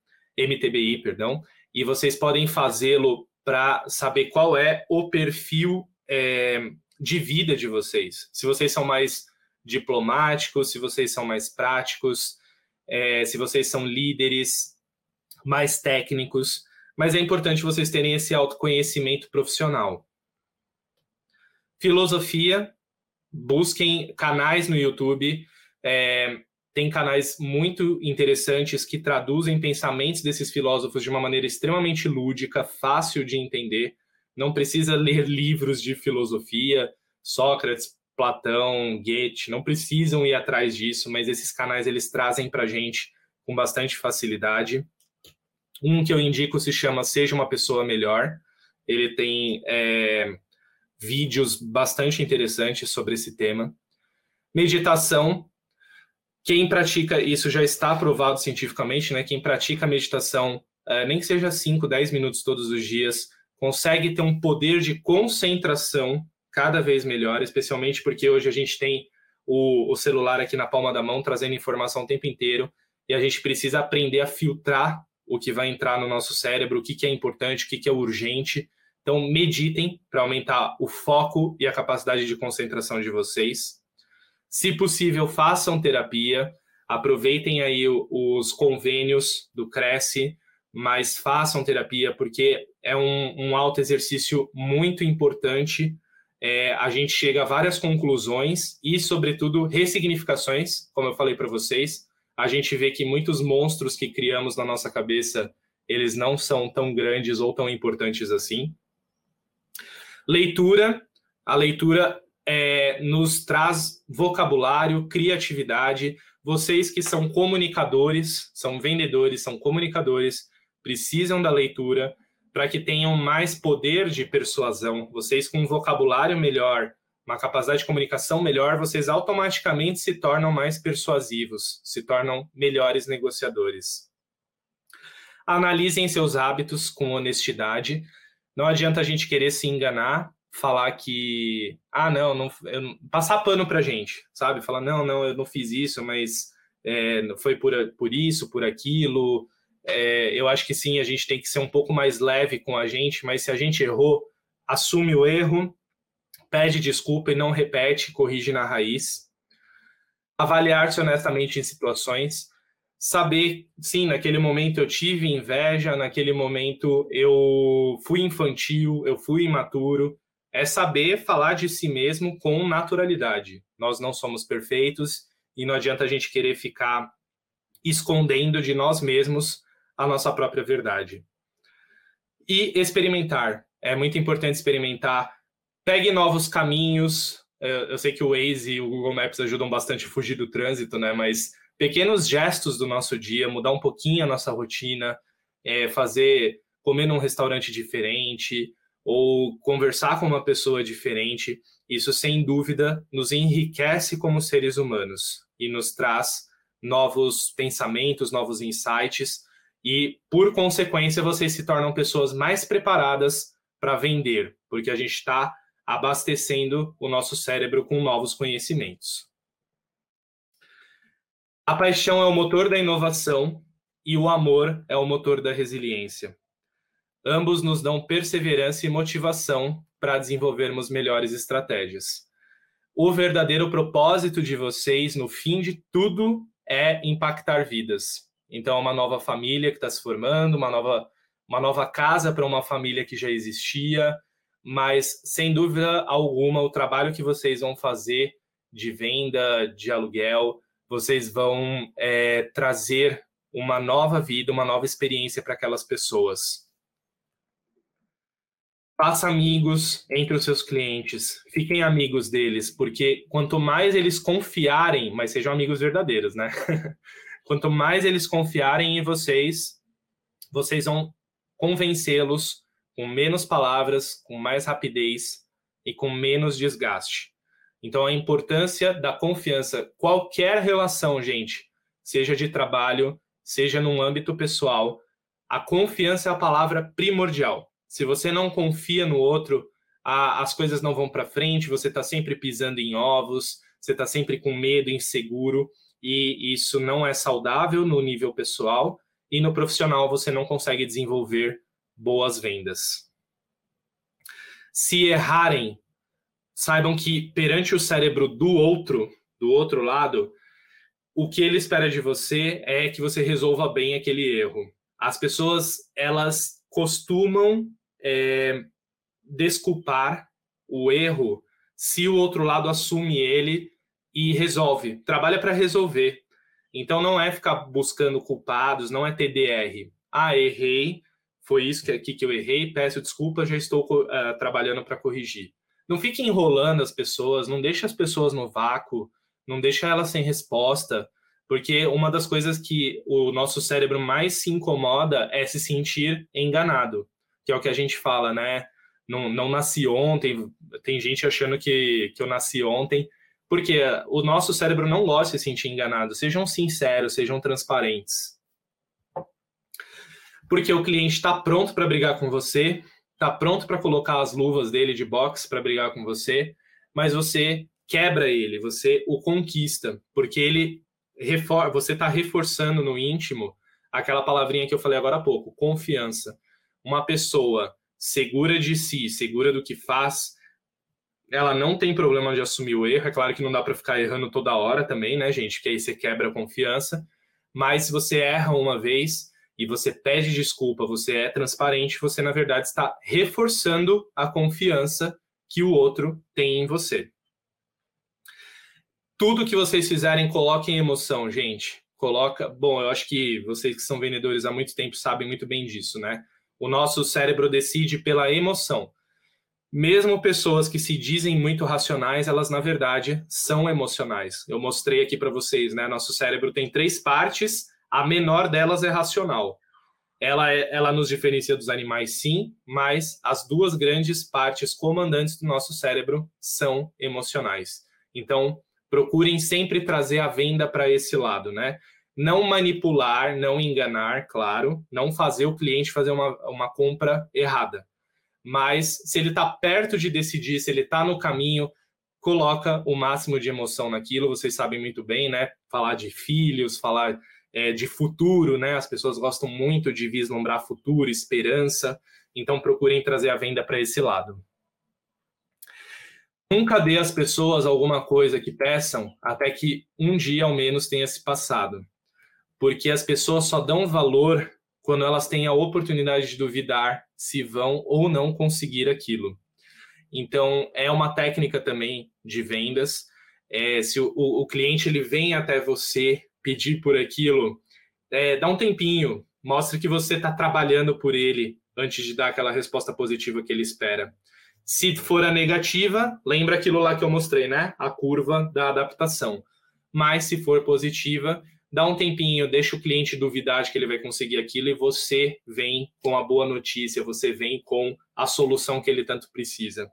e vocês podem fazê-lo para saber qual é o perfil de vida de vocês. Se vocês são mais diplomáticos, se vocês são mais práticos, se vocês são líderes, mais técnicos, mas é importante vocês terem esse autoconhecimento profissional. Filosofia, busquem canais no YouTube, tem canais muito interessantes que traduzem pensamentos desses filósofos de uma maneira extremamente lúdica, fácil de entender, não precisa ler livros de filosofia, Sócrates, Platão, Goethe, não precisam ir atrás disso, mas esses canais eles trazem para a gente com bastante facilidade. Um que eu indico se chama Seja uma Pessoa Melhor, ele tem vídeos bastante interessantes sobre esse tema. Meditação, quem pratica, isso já está aprovado cientificamente, né? Quem pratica meditação, nem que seja 5, 10 minutos todos os dias, consegue ter um poder de concentração cada vez melhor, especialmente porque hoje a gente tem o celular aqui na palma da mão, trazendo informação o tempo inteiro, e a gente precisa aprender a filtrar o que vai entrar no nosso cérebro, o que é importante, o que é urgente. Então, meditem para aumentar o foco e a capacidade de concentração de vocês. Se possível, façam terapia, aproveitem aí os convênios do Cresce, mas façam terapia, porque é um autoexercício muito importante. A gente chega a várias conclusões e, sobretudo, ressignificações, como eu falei para vocês. A gente vê que muitos monstros que criamos na nossa cabeça, eles não são tão grandes ou tão importantes assim. Leitura. A leitura nos traz vocabulário, criatividade. Vocês que são comunicadores, são vendedores, são comunicadores, precisam da leitura para que tenham mais poder de persuasão. Vocês com um vocabulário melhor, uma capacidade de comunicação melhor, vocês automaticamente se tornam mais persuasivos, se tornam melhores negociadores. Analisem seus hábitos com honestidade. Não adianta a gente querer se enganar, falar que, passar pano pra gente, sabe? Falar, não, eu não fiz isso, mas foi por isso, por aquilo. Eu acho que sim, a gente tem que ser um pouco mais leve com a gente, mas se a gente errou, assume o erro, pede desculpa e não repete, corrige na raiz. Avaliar-se honestamente em situações. Saber, sim, naquele momento eu tive inveja, naquele momento eu fui infantil, eu fui imaturo. É saber falar de si mesmo com naturalidade. Nós não somos perfeitos e não adianta a gente querer ficar escondendo de nós mesmos a nossa própria verdade. E experimentar. É muito importante experimentar. Pegue novos caminhos. Eu sei que o Waze e o Google Maps ajudam bastante a fugir do trânsito, né? Mas pequenos gestos do nosso dia, mudar um pouquinho a nossa rotina, comer num restaurante diferente ou conversar com uma pessoa diferente, isso sem dúvida nos enriquece como seres humanos e nos traz novos pensamentos, novos insights e, por consequência, vocês se tornam pessoas mais preparadas para vender, porque a gente está abastecendo o nosso cérebro com novos conhecimentos. A paixão é o motor da inovação e o amor é o motor da resiliência. Ambos nos dão perseverança e motivação para desenvolvermos melhores estratégias. O verdadeiro propósito de vocês, no fim de tudo, é impactar vidas. Então, uma nova família que está se formando, uma nova casa para uma família que já existia, mas, sem dúvida alguma, o trabalho que vocês vão fazer de venda, de aluguel, vocês vão trazer uma nova vida, uma nova experiência para aquelas pessoas. Faça amigos entre os seus clientes, fiquem amigos deles, porque quanto mais eles confiarem, mas sejam amigos verdadeiros, né? Quanto mais eles confiarem em vocês, vocês vão convencê-los com menos palavras, com mais rapidez e com menos desgaste. Então, a importância da confiança, qualquer relação, gente, seja de trabalho, seja num âmbito pessoal, a confiança é a palavra primordial. Se você não confia no outro, as coisas não vão para frente, você está sempre pisando em ovos, você está sempre com medo, inseguro, e isso não é saudável no nível pessoal, e no profissional você não consegue desenvolver boas vendas. Se errarem, saibam que perante o cérebro do outro lado, o que ele espera de você é que você resolva bem aquele erro. As pessoas, elas costumam desculpar o erro se o outro lado assume ele e resolve, trabalha para resolver. Então não é ficar buscando culpados, não é TDR. Errei, foi isso que eu errei, peço desculpa, já estou trabalhando para corrigir. Não fique enrolando as pessoas, não deixe as pessoas no vácuo, não deixe elas sem resposta, porque uma das coisas que o nosso cérebro mais se incomoda é se sentir enganado, que é o que a gente fala, né? Não nasci ontem, tem gente achando que eu nasci ontem, porque o nosso cérebro não gosta de se sentir enganado. Sejam sinceros, sejam transparentes. Porque o cliente está pronto para brigar com você, está pronto para colocar as luvas dele de boxe para brigar com você, mas você quebra ele, você o conquista, porque você está reforçando no íntimo aquela palavrinha que eu falei agora há pouco, confiança. Uma pessoa segura de si, segura do que faz, ela não tem problema de assumir o erro. É claro que não dá para ficar errando toda hora também, né, gente? Porque aí você quebra a confiança. Mas se você erra uma vez e você pede desculpa, você é transparente, você, na verdade, está reforçando a confiança que o outro tem em você. Tudo que vocês fizerem, coloquem emoção, gente. Bom, eu acho que vocês que são vendedores há muito tempo sabem muito bem disso, né? O nosso cérebro decide pela emoção. Mesmo pessoas que se dizem muito racionais, elas, na verdade, são emocionais. Eu mostrei aqui para vocês, né? Nosso cérebro tem 3 partes, a menor delas é racional. Ela nos diferencia dos animais, sim, mas as 2 grandes partes comandantes do nosso cérebro são emocionais. Então, procurem sempre trazer a venda para esse lado, né? Não manipular, não enganar, claro, não fazer o cliente fazer uma compra errada. Mas se ele está perto de decidir, se ele está no caminho, coloca o máximo de emoção naquilo. Vocês sabem muito bem, né? Falar de filhos, falar de futuro, né? As pessoas gostam muito de vislumbrar futuro, esperança. Então procurem trazer a venda para esse lado. Nunca dê às pessoas alguma coisa que peçam até que um dia ao menos tenha se passado. Porque as pessoas só dão valor quando elas têm a oportunidade de duvidar se vão ou não conseguir aquilo. Então, é uma técnica também de vendas. Se o cliente ele vem até você pedir por aquilo, dá um tempinho, mostre que você está trabalhando por ele antes de dar aquela resposta positiva que ele espera. Se for a negativa, lembra aquilo lá que eu mostrei, né? A curva da adaptação. Mas se for positiva, dá um tempinho, deixa o cliente duvidar de que ele vai conseguir aquilo e você vem com a boa notícia, você vem com a solução que ele tanto precisa.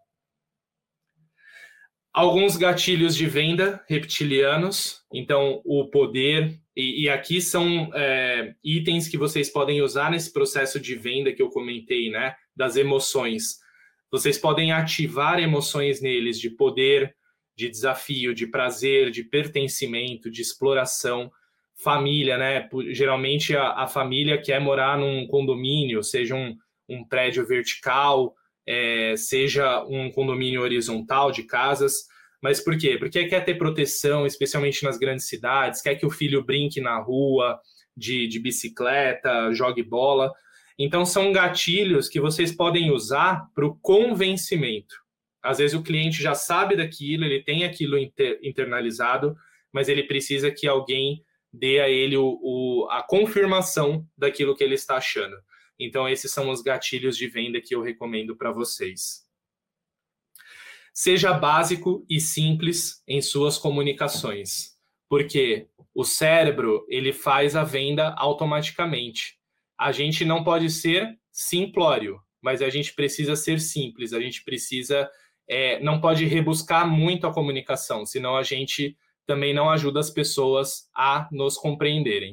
Alguns gatilhos de venda reptilianos, então o poder, e aqui são itens que vocês podem usar nesse processo de venda que eu comentei, né? Das emoções. Vocês podem ativar emoções neles de poder, de desafio, de prazer, de pertencimento, de exploração, família, né? Geralmente a família quer morar num condomínio, seja um prédio vertical, seja um condomínio horizontal de casas. Mas por quê? Porque quer ter proteção, especialmente nas grandes cidades, quer que o filho brinque na rua, de bicicleta, jogue bola. Então, são gatilhos que vocês podem usar para o convencimento. Às vezes, o cliente já sabe daquilo, ele tem aquilo internalizado, mas ele precisa que alguém dê a ele a confirmação daquilo que ele está achando. Então, esses são os gatilhos de venda que eu recomendo para vocês. Seja básico e simples em suas comunicações, porque o cérebro ele faz a venda automaticamente. A gente não pode ser simplório, mas a gente precisa ser simples, a gente precisa, não pode rebuscar muito a comunicação, senão a gente também não ajuda as pessoas a nos compreenderem.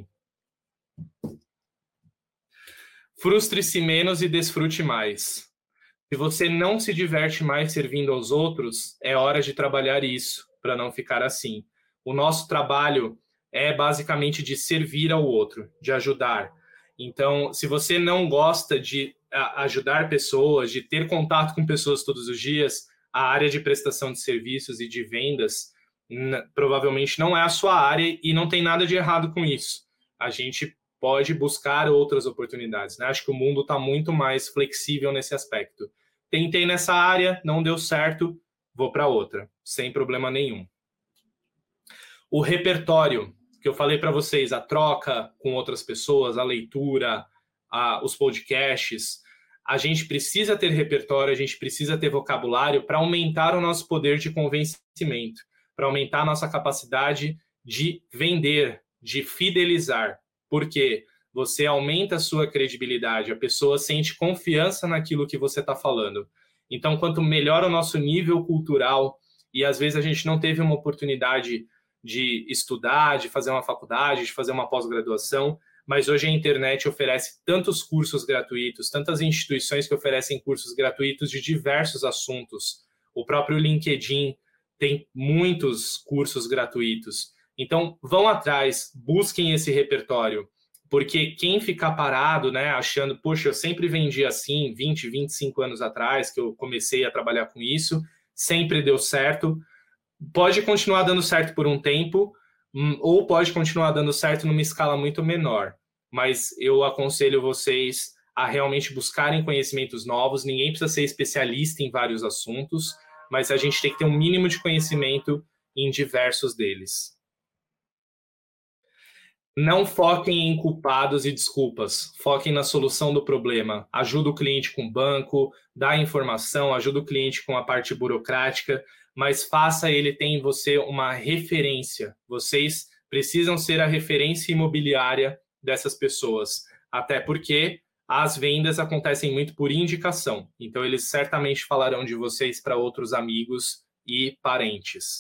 Frustre-se menos e desfrute mais. Se você não se diverte mais servindo aos outros, é hora de trabalhar isso, para não ficar assim. O nosso trabalho é basicamente de servir ao outro, de ajudar. Então, se você não gosta de ajudar pessoas, de ter contato com pessoas todos os dias, a área de prestação de serviços e de vendas provavelmente não é a sua área e não tem nada de errado com isso. A gente pode buscar outras oportunidades, né? Acho que o mundo está muito mais flexível nesse aspecto. Tentei nessa área, não deu certo, vou para outra, sem problema nenhum. O repertório, que eu falei para vocês, a troca com outras pessoas, a leitura, os podcasts, a gente precisa ter repertório, a gente precisa ter vocabulário para aumentar o nosso poder de convencimento, para aumentar a nossa capacidade de vender, de fidelizar. Porque você aumenta a sua credibilidade, a pessoa sente confiança naquilo que você está falando. Então, quanto melhor o nosso nível cultural, e às vezes a gente não teve uma oportunidade de estudar, de fazer uma faculdade, de fazer uma pós-graduação, mas hoje a internet oferece tantos cursos gratuitos, tantas instituições que oferecem cursos gratuitos de diversos assuntos. O próprio LinkedIn tem muitos cursos gratuitos. Então, vão atrás, busquem esse repertório, porque quem ficar parado, né, achando, poxa, eu sempre vendi assim, 20, 25 anos atrás, que eu comecei a trabalhar com isso, sempre deu certo, pode continuar dando certo por um tempo, ou pode continuar dando certo numa escala muito menor. Mas eu aconselho vocês a realmente buscarem conhecimentos novos. Ninguém precisa ser especialista em vários assuntos, mas a gente tem que ter um mínimo de conhecimento em diversos deles. Não foquem em culpados e desculpas, foquem na solução do problema. Ajuda o cliente com o banco, dá informação, ajuda o cliente com a parte burocrática, mas faça ele ter em você uma referência. Vocês precisam ser a referência imobiliária dessas pessoas, até porque as vendas acontecem muito por indicação. Então, eles certamente falarão de vocês para outros amigos e parentes.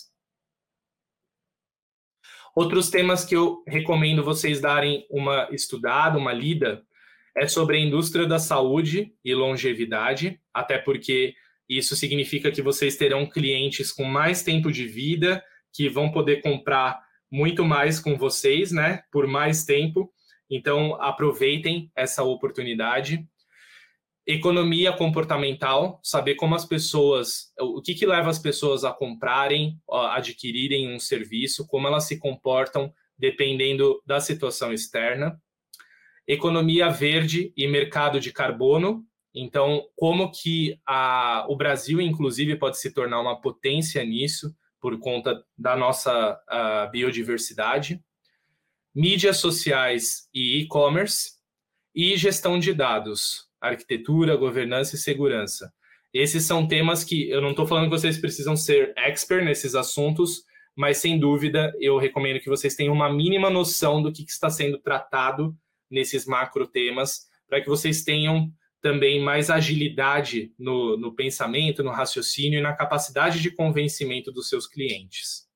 Outros temas que eu recomendo vocês darem uma estudada, uma lida, é sobre a indústria da saúde e longevidade, até porque isso significa que vocês terão clientes com mais tempo de vida, que vão poder comprar muito mais com vocês, né, por mais tempo. Então, aproveitem essa oportunidade. Economia comportamental, saber como as pessoas, o que leva as pessoas a comprarem, a adquirirem um serviço, como elas se comportam dependendo da situação externa. Economia verde e mercado de carbono. Então, como que o Brasil, inclusive, pode se tornar uma potência nisso, por conta da nossa biodiversidade. Mídias sociais e e-commerce. E gestão de dados, arquitetura, governança e segurança. Esses são temas que eu não estou falando que vocês precisam ser expert nesses assuntos, mas, sem dúvida, eu recomendo que vocês tenham uma mínima noção do que está sendo tratado nesses macro temas, para que vocês tenham também mais agilidade no pensamento, no raciocínio e na capacidade de convencimento dos seus clientes.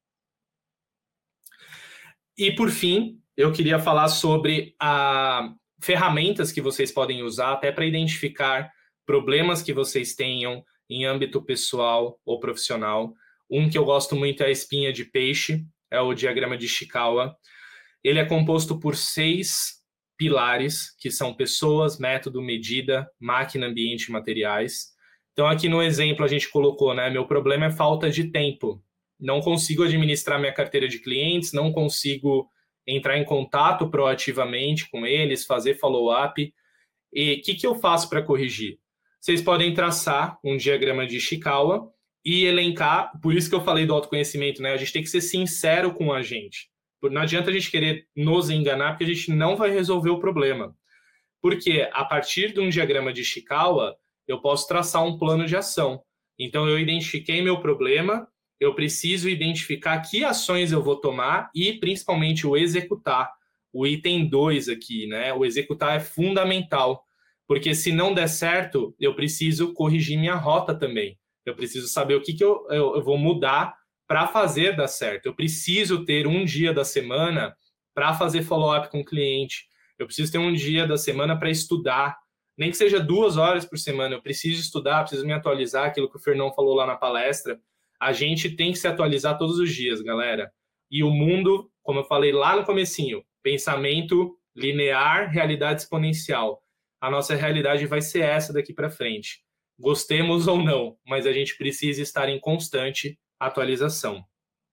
E, por fim, eu queria falar sobre ferramentas que vocês podem usar até para identificar problemas que vocês tenham em âmbito pessoal ou profissional. Um que eu gosto muito é a espinha de peixe, é o diagrama de Ishikawa. Ele é composto por 6 pilares, que são pessoas, método, medida, máquina, ambiente e materiais. Então, aqui no exemplo a gente colocou, né? Meu problema é falta de tempo. Não consigo administrar minha carteira de clientes, não consigo entrar em contato proativamente com eles, fazer follow-up. E o que eu faço para corrigir? Vocês podem traçar um diagrama de Ishikawa e elencar, por isso que eu falei do autoconhecimento, né? A gente tem que ser sincero com a gente. Não adianta a gente querer nos enganar, porque a gente não vai resolver o problema. Porque a partir de um diagrama de Ishikawa, eu posso traçar um plano de ação. Então, eu identifiquei meu problema, eu preciso identificar que ações eu vou tomar e, principalmente, o executar. O item 2 aqui, né? O executar é fundamental, porque se não der certo, eu preciso corrigir minha rota também. Eu preciso saber o que eu vou mudar para fazer dar certo. Eu preciso ter um dia da semana para fazer follow-up com o cliente. Eu preciso ter um dia da semana para estudar. Nem que seja 2 horas por semana. Eu preciso estudar, preciso me atualizar, aquilo que o Fernão falou lá na palestra. A gente tem que se atualizar todos os dias, galera. E o mundo, como eu falei lá no comecinho, pensamento linear, realidade exponencial. A nossa realidade vai ser essa daqui para frente. Gostemos ou não, mas a gente precisa estar em constante atualização.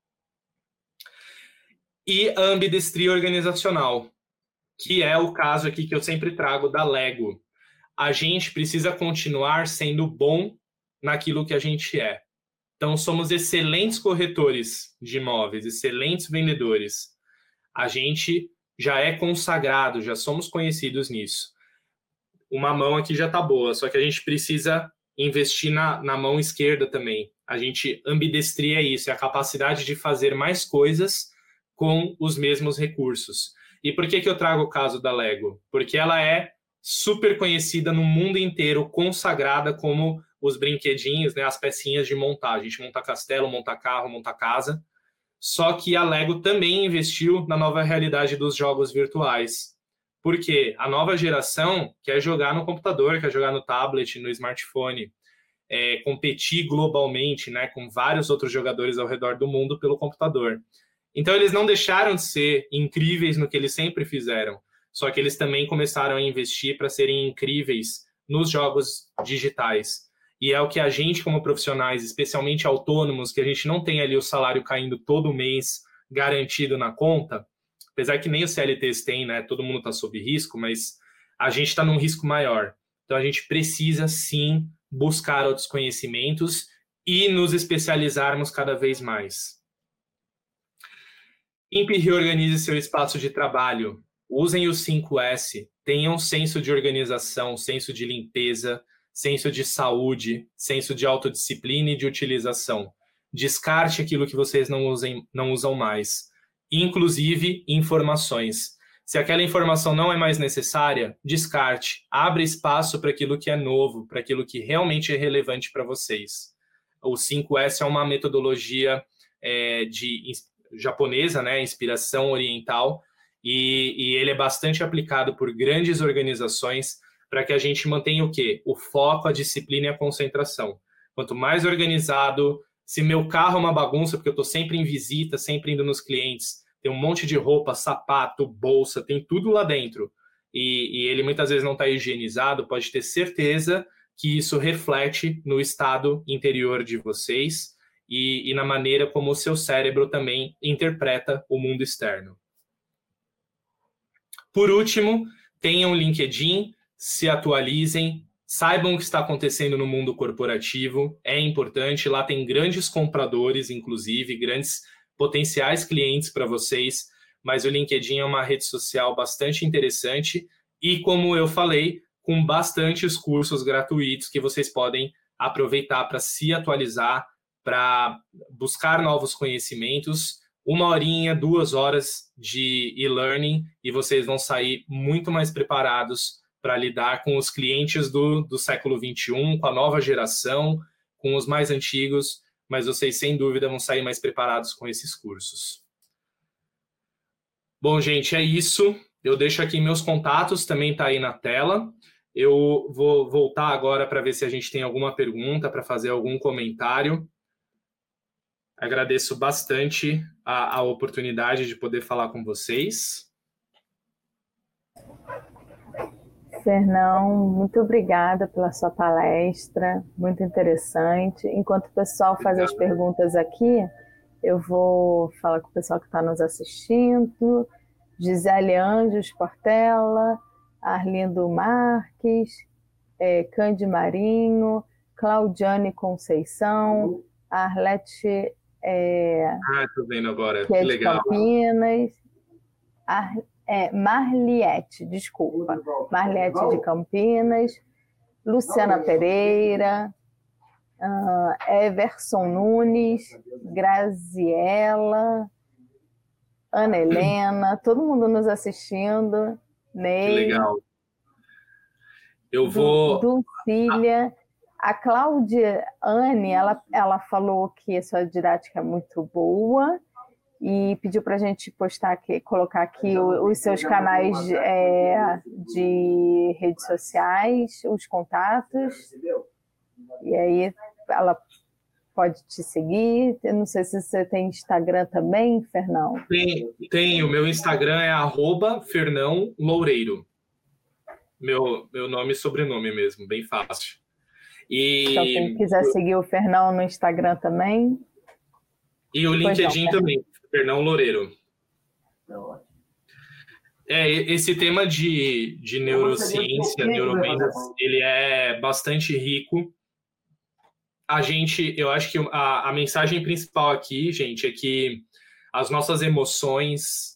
E a ambidestria organizacional, que é o caso aqui que eu sempre trago da Lego. A gente precisa continuar sendo bom naquilo que a gente é. Então, somos excelentes corretores de imóveis, excelentes vendedores. A gente já é consagrado, já somos conhecidos nisso. Uma mão aqui já está boa, só que a gente precisa investir na mão esquerda também. A gente ambidestria isso, é a capacidade de fazer mais coisas com os mesmos recursos. E por que eu trago o caso da Lego? Porque ela é super conhecida no mundo inteiro, consagrada como os brinquedinhos, né, as pecinhas de montar. A gente monta castelo, monta carro, monta casa. Só que a Lego também investiu na nova realidade dos jogos virtuais. Porque a nova geração quer jogar no computador, quer jogar no tablet, no smartphone, competir globalmente, né, com vários outros jogadores ao redor do mundo pelo computador. Então, eles não deixaram de ser incríveis no que eles sempre fizeram, só que eles também começaram a investir para serem incríveis nos jogos digitais. E é o que a gente, como profissionais, especialmente autônomos, que a gente não tem ali o salário caindo todo mês garantido na conta, apesar que nem os CLTs têm, né? Todo mundo está sob risco, mas a gente está num risco maior. Então, a gente precisa, sim, buscar outros conhecimentos e nos especializarmos cada vez mais. Reorganize seu espaço de trabalho. Usem os 5S. Tenham senso de organização, senso de limpeza, senso de saúde, senso de autodisciplina e de utilização. Descarte aquilo que vocês não usam mais. Inclusive informações. Se aquela informação não é mais necessária, descarte. Abre espaço para aquilo que é novo, para aquilo que realmente é relevante para vocês. O 5S é uma metodologia japonesa, né, inspiração oriental, e ele é bastante aplicado por grandes organizações para que a gente mantenha o quê? O foco, a disciplina e a concentração. Quanto mais organizado, se meu carro é uma bagunça, porque eu estou sempre em visita, sempre indo nos clientes, tem um monte de roupa, sapato, bolsa, tem tudo lá dentro. e ele muitas vezes não está higienizado, pode ter certeza que isso reflete no estado interior de vocês e na maneira como o seu cérebro também interpreta o mundo externo. Por último, tenham LinkedIn, se atualizem, saibam o que está acontecendo no mundo corporativo, é importante, lá tem grandes compradores, inclusive, grandes potenciais clientes para vocês, mas o LinkedIn é uma rede social bastante interessante e, como eu falei, com bastantes cursos gratuitos que vocês podem aproveitar para se atualizar, para buscar novos conhecimentos. 1 horinha, 2 horas de e-learning e vocês vão sair muito mais preparados para lidar com os clientes do século XXI, com a nova geração, com os mais antigos, mas vocês, sem dúvida, vão sair mais preparados com esses cursos. Bom, gente, é isso. Eu deixo aqui meus contatos, também está aí na tela. Eu vou voltar agora para ver se a gente tem alguma pergunta, para fazer algum comentário. Agradeço bastante a oportunidade de poder falar com vocês. Fernão, muito obrigada pela sua palestra, muito interessante. Enquanto o pessoal faz as perguntas aqui, eu vou falar com o pessoal que está nos assistindo. Gisele Anjos Portela, Arlindo Marques, Cande Marinho, Claudiane Conceição, Arlete... Estou vendo agora, que é que legal. De Campinas, Marliette, desculpa, Marliette de Campinas, Luciana Pereira, Everson Nunes, Graziela, Ana Helena, todo mundo nos assistindo, Ney, Que legal. Eu vou... Dulcília. A Claudiane, ela falou que a sua didática é muito boa e pediu para a gente postar aqui, colocar aqui os seus canais de redes sociais, os contatos. E aí ela pode te seguir. Eu não sei se você tem Instagram também, Fernão. Tem. O meu Instagram é @FernãoLoureiro. Meu nome e sobrenome mesmo, bem fácil. Então, quem quiser seguir o Fernão no Instagram também. E o LinkedIn também, Fernão Loureiro. Esse tema de neurociência, neurovendas, ele é bastante rico. Eu acho que a mensagem principal aqui, gente, é que as nossas emoções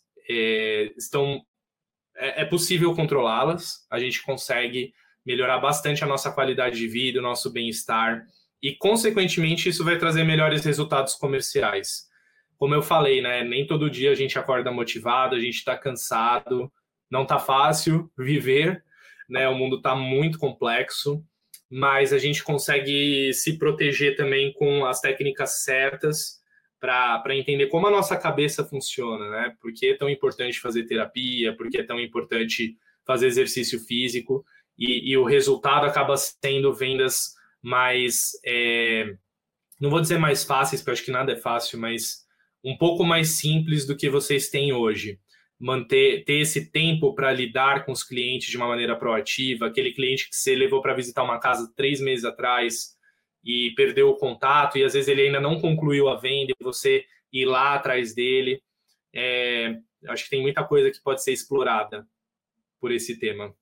é possível controlá-las, a gente consegue melhorar bastante a nossa qualidade de vida, o nosso bem-estar, e, consequentemente, isso vai trazer melhores resultados comerciais. Como eu falei, né, nem todo dia a gente acorda motivado, a gente está cansado, não está fácil viver, né, o mundo está muito complexo, mas a gente consegue se proteger também com as técnicas certas para entender como a nossa cabeça funciona, né? Por que é tão importante fazer terapia, por que é tão importante fazer exercício físico, e o resultado acaba sendo vendas mais, não vou dizer mais fáceis, porque eu acho que nada é fácil, mas um pouco mais simples do que vocês têm hoje. Ter esse tempo para lidar com os clientes de uma maneira proativa, aquele cliente que você levou para visitar uma casa 3 meses atrás e perdeu o contato, e às vezes ele ainda não concluiu a venda, e você ir lá atrás dele. Acho que tem muita coisa que pode ser explorada por esse tema.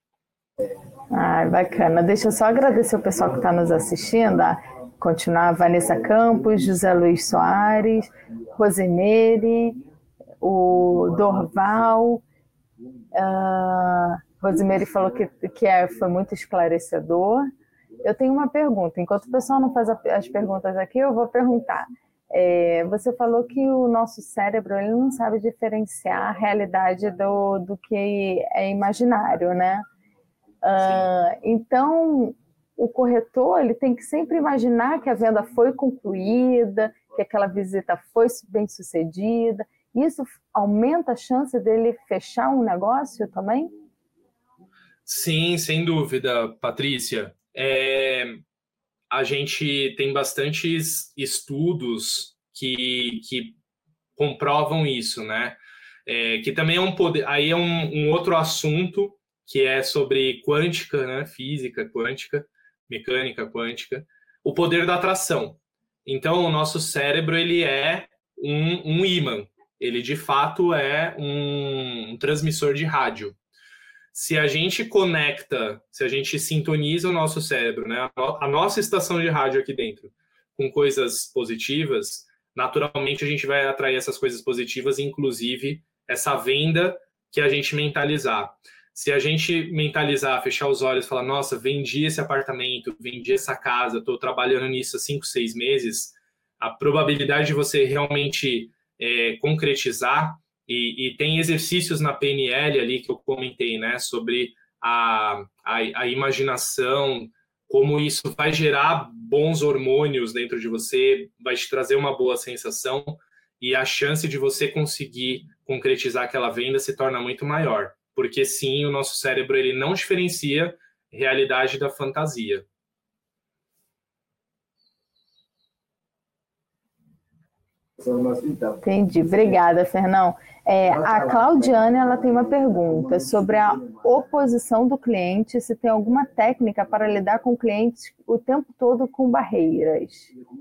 Bacana. Deixa eu só agradecer o pessoal que está nos assistindo. Continuar, Vanessa Campos, José Luiz Soares, Rosemary, o Dorval. Rosemary falou que foi muito esclarecedor. Eu tenho uma pergunta. Enquanto o pessoal não faz as perguntas aqui, eu vou perguntar. Você falou que o nosso cérebro ele não sabe diferenciar a realidade do que é imaginário, né? Então, o corretor ele tem que sempre imaginar que a venda foi concluída, que aquela visita foi bem sucedida. Isso aumenta a chance dele fechar um negócio também? Sim, sem dúvida, Patrícia. A gente tem bastantes estudos que comprovam isso, né? que também é um poder, aí é um outro assunto que é sobre quântica, né? Física quântica, mecânica quântica, o poder da atração. Então, o nosso cérebro ele é um ímã, ele de fato é um transmissor de rádio. Se a gente conecta, se a gente sintoniza o nosso cérebro, né, a nossa estação de rádio aqui dentro, com coisas positivas, naturalmente a gente vai atrair essas coisas positivas, inclusive essa venda que a gente mentalizar. Se a gente mentalizar, fechar os olhos e falar, nossa, vendi esse apartamento, vendi essa casa, estou trabalhando nisso há 5, 6 meses, a probabilidade de você realmente concretizar, e tem exercícios na PNL ali que eu comentei, né, sobre a imaginação, como isso vai gerar bons hormônios dentro de você, vai te trazer uma boa sensação, e a chance de você conseguir concretizar aquela venda se torna muito maior. Porque sim, o nosso cérebro ele não diferencia realidade da fantasia. Entendi. Obrigada, Fernão. A Claudiane ela tem uma pergunta sobre a oposição do cliente, se tem alguma técnica para lidar com clientes o tempo todo com barreiras.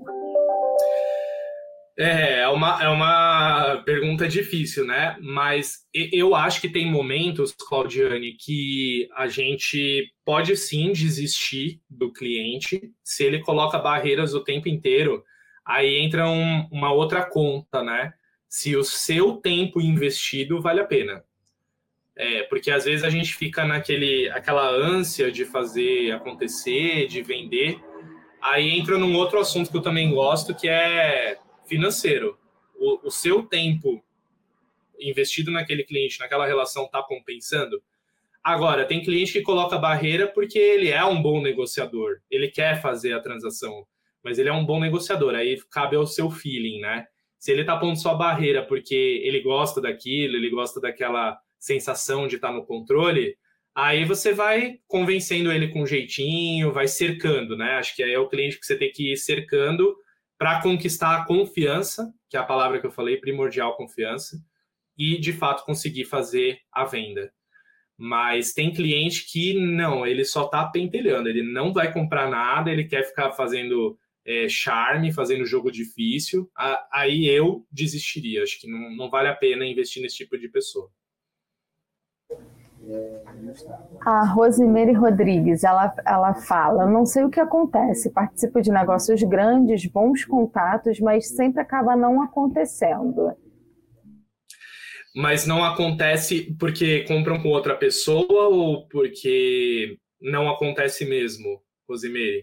É uma pergunta difícil, né? Mas eu acho que tem momentos, Claudiane, que a gente pode sim desistir do cliente se ele coloca barreiras o tempo inteiro. Aí entra uma outra conta, né? Se o seu tempo investido vale a pena. Porque às vezes a gente fica aquela ânsia de fazer acontecer, de vender. Aí entra num outro assunto que eu também gosto, que é financeiro. O seu tempo investido naquele cliente, naquela relação, está compensando? Agora, tem cliente que coloca barreira porque ele é um bom negociador, ele quer fazer a transação, mas ele é um bom negociador, aí cabe ao seu feeling, né? Se ele está pondo só barreira porque ele gosta daquilo, ele gosta daquela sensação de estar no controle, aí você vai convencendo ele com jeitinho, vai cercando, né? Acho que aí é o cliente que você tem que ir cercando para conquistar a confiança, que é a palavra que eu falei, primordial, confiança, e de fato conseguir fazer a venda. Mas tem cliente que não, ele só está pentelhando, ele não vai comprar nada, ele quer ficar fazendo charme, fazendo jogo difícil, aí eu desistiria. Acho que não vale a pena investir nesse tipo de pessoa. A Rosemary Rodrigues, ela fala, não sei o que acontece, participo de negócios grandes, bons contatos, mas sempre acaba não acontecendo. Mas não acontece porque compram com outra pessoa ou porque não acontece mesmo, Rosemary?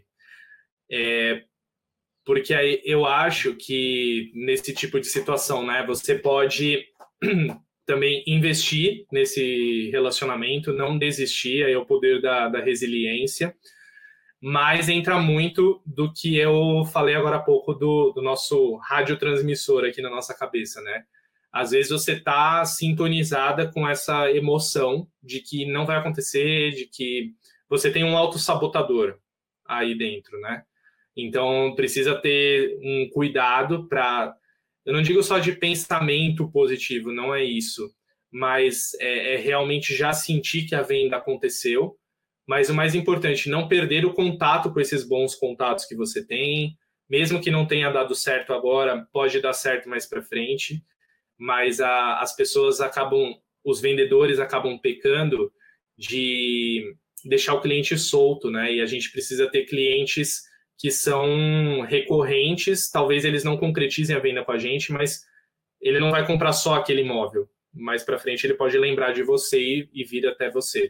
Porque aí eu acho que nesse tipo de situação, né, você pode também investir nesse relacionamento, não desistir, aí é o poder da resiliência, mas entra muito do que eu falei agora há pouco do nosso radiotransmissor aqui na nossa cabeça, né? Às vezes você está sintonizada com essa emoção de que não vai acontecer, de que você tem um autossabotador aí dentro, né? Então precisa ter um cuidado para... Eu não digo só de pensamento positivo, não é isso, mas é realmente já sentir que a venda aconteceu, mas o mais importante, não perder o contato com esses bons contatos que você tem, mesmo que não tenha dado certo agora, pode dar certo mais para frente, mas as pessoas os vendedores acabam pecando de deixar o cliente solto, né? E a gente precisa ter clientes que são recorrentes, talvez eles não concretizem a venda com a gente, mas ele não vai comprar só aquele imóvel. Mais para frente ele pode lembrar de você e vir até você.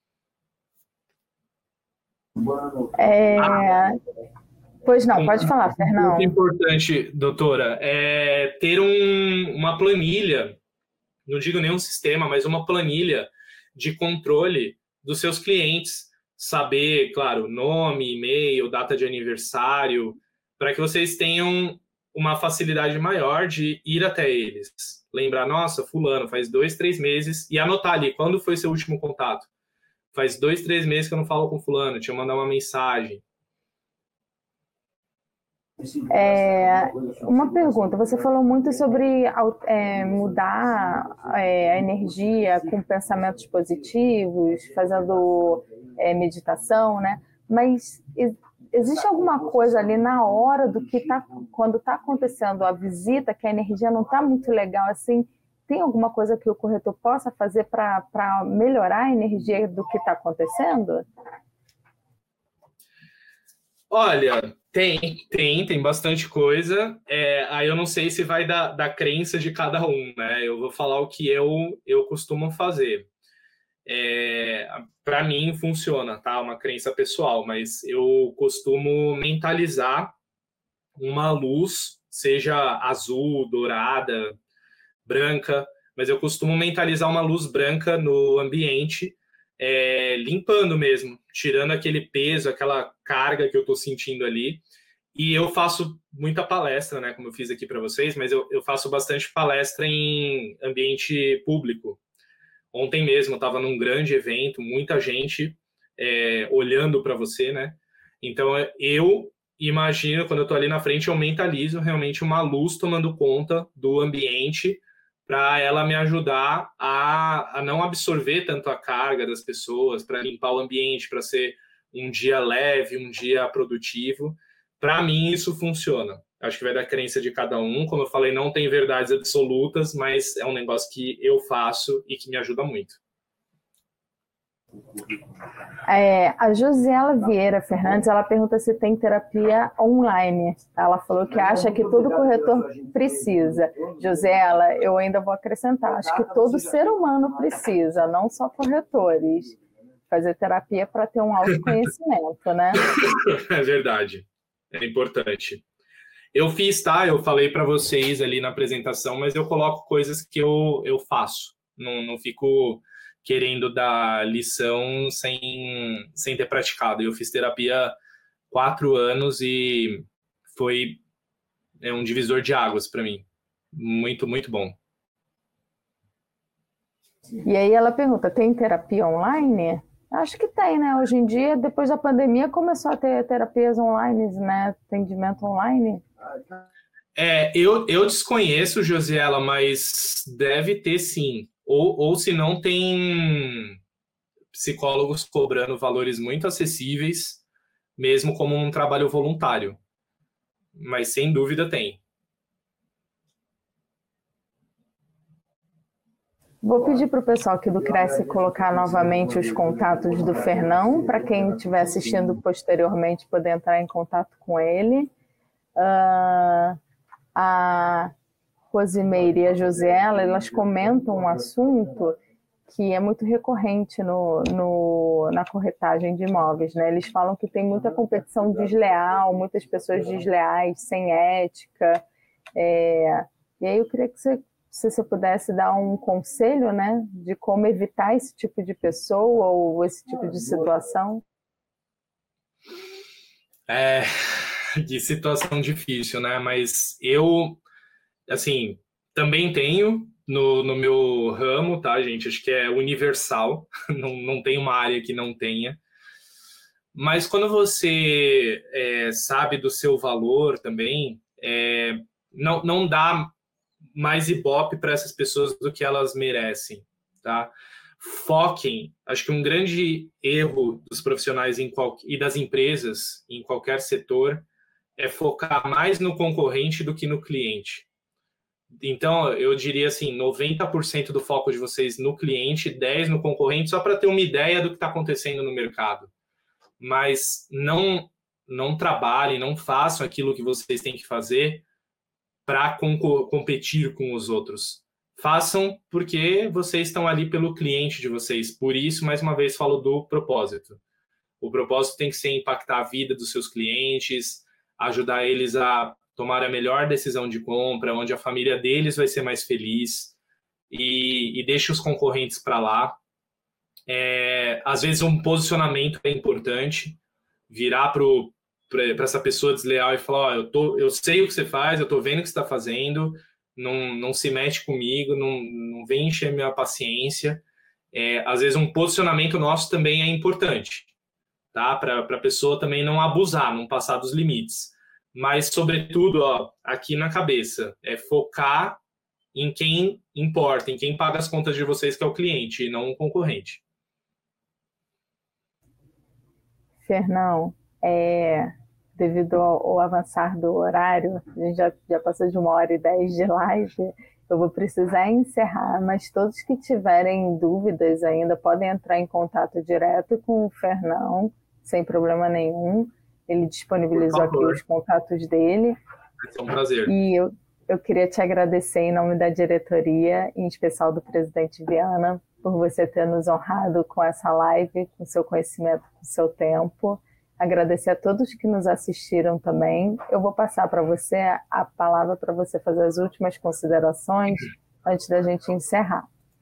Pois não, pode falar, Fernão. Muito importante, doutora, é ter uma planilha, não digo nenhum sistema, mas uma planilha de controle dos seus clientes. Saber, claro, nome, e-mail, data de aniversário, para que vocês tenham uma facilidade maior de ir até eles. Lembrar, nossa, fulano, faz 2, 3 meses, e anotar ali, quando foi seu último contato? Faz 2, 3 meses que eu não falo com fulano, deixa eu mandar uma mensagem. Uma pergunta, você falou muito sobre mudar a energia com pensamentos positivos, fazendo meditação, né? Mas existe alguma coisa ali na hora quando está acontecendo a visita, que a energia não está muito legal assim? Tem alguma coisa que o corretor possa fazer para melhorar a energia do que está acontecendo? Olha, tem bastante coisa. Aí eu não sei se vai da crença de cada um, né? Eu vou falar o que eu costumo fazer. Para mim funciona, tá? Uma crença pessoal, mas eu costumo mentalizar uma luz, seja azul, dourada, branca, mas eu costumo mentalizar uma luz branca no ambiente, limpando mesmo, tirando aquele peso, aquela carga que eu estou sentindo ali. E eu faço muita palestra, né, como eu fiz aqui para vocês, mas eu faço bastante palestra em ambiente público. Ontem mesmo eu estava num grande evento, muita gente olhando para você, né? Então eu imagino, quando eu estou ali na frente, eu mentalizo realmente uma luz tomando conta do ambiente para ela me ajudar a não absorver tanto a carga das pessoas, para limpar o ambiente, para ser um dia leve, um dia produtivo. Para mim, isso funciona. Acho que vai da crença de cada um. Como eu falei, não tem verdades absolutas, mas é um negócio que eu faço e que me ajuda muito. A Josiela Vieira Fernandes, ela pergunta se tem terapia online. Ela falou que acha que todo corretor precisa. Josiela, eu ainda vou acrescentar, acho que todo ser humano precisa, não só corretores, fazer terapia para ter um autoconhecimento, né? É verdade, é importante. Eu fiz, tá? Eu falei para vocês ali na apresentação, mas eu coloco coisas que eu faço. Não fico querendo dar lição sem ter praticado. Eu fiz terapia 4 anos e foi um divisor de águas para mim. Muito, muito bom. E aí ela pergunta, tem terapia online? Acho que tem, né? Hoje em dia, depois da pandemia, começou a ter terapias online, né? Atendimento online. Eu desconheço, Josiela, mas deve ter sim. Ou se não, tem psicólogos cobrando valores muito acessíveis, mesmo como um trabalho voluntário. Mas sem dúvida tem. Vou pedir para o pessoal aqui do Cresce colocar novamente os contatos do Fernão, para quem estiver assistindo posteriormente poder entrar em contato com ele. A Rosimeire e a Josiela, elas comentam um assunto que é muito recorrente na corretagem de imóveis, né? Eles falam que tem muita competição desleal, muitas pessoas desleais, sem ética. E aí eu queria que se você pudesse dar um conselho, né, de como evitar esse tipo de pessoa ou esse tipo de situação. Que situação difícil, né? Mas eu, assim, também tenho no meu ramo, tá, gente? Acho que é universal, não tem uma área que não tenha. Mas quando você sabe do seu valor também, não dá mais ibope para essas pessoas do que elas merecem, tá? Foquem. Acho que um grande erro dos profissionais e das empresas em qualquer setor é focar mais no concorrente do que no cliente. Então, eu diria assim, 90% do foco de vocês no cliente, 10% no concorrente, só para ter uma ideia do que está acontecendo no mercado. Mas não trabalhem, não façam aquilo que vocês têm que fazer para competir com os outros. Façam porque vocês estão ali pelo cliente de vocês. Por isso, mais uma vez, falo do propósito. O propósito tem que ser impactar a vida dos seus clientes, ajudar eles a tomar a melhor decisão de compra, onde a família deles vai ser mais feliz, e deixe os concorrentes para lá. Às vezes um posicionamento é importante, virar para essa pessoa desleal e falar, eu sei o que você faz, eu estou vendo o que você está fazendo, não se mete comigo, não vem encher minha paciência. Às vezes um posicionamento nosso também é importante, tá? Para a pessoa também não abusar, não passar dos limites. mas, sobretudo, ó, aqui na cabeça, é focar em quem importa, em quem paga as contas de vocês, que é o cliente, e não o concorrente. Fernão, devido ao avançar do horário, a gente já passou de 1h10 de live, eu vou precisar encerrar, mas todos que tiverem dúvidas ainda podem entrar em contato direto com o Fernão, sem problema nenhum. Ele disponibilizou aqui os contatos dele. É um prazer. E eu queria te agradecer em nome da diretoria, em especial do presidente Viana, por você ter nos honrado com essa live, com seu conhecimento, com seu tempo. Agradecer a todos que nos assistiram também. Eu vou passar para você a palavra para você fazer as últimas considerações antes da gente encerrar.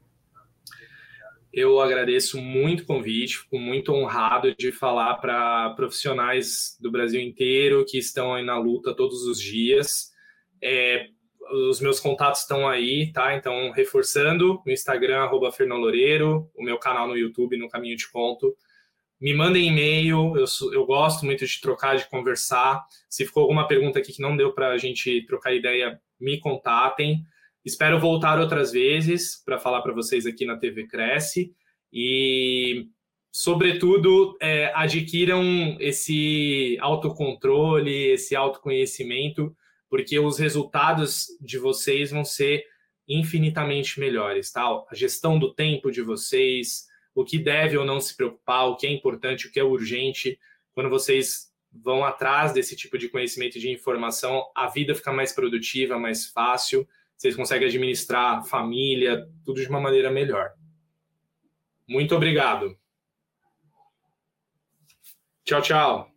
Eu agradeço muito o convite, fico muito honrado de falar para profissionais do Brasil inteiro que estão aí na luta todos os dias. Os meus contatos estão aí, tá? Então, reforçando, no Instagram, @FernãoLoureiro, o meu canal no YouTube, No Caminho de Conto. Me mandem e-mail, eu gosto muito de trocar, de conversar. Se ficou alguma pergunta aqui que não deu para a gente trocar ideia, me contatem. Espero voltar outras vezes para falar para vocês aqui na TV Cresce. E, sobretudo, adquiram esse autocontrole, esse autoconhecimento, porque os resultados de vocês vão ser infinitamente melhores, tá? A gestão do tempo de vocês, o que deve ou não se preocupar, o que é importante, o que é urgente. Quando vocês vão atrás desse tipo de conhecimento e de informação, a vida fica mais produtiva, mais fácil, vocês conseguem administrar a família, tudo de uma maneira melhor. Muito obrigado. Tchau, tchau.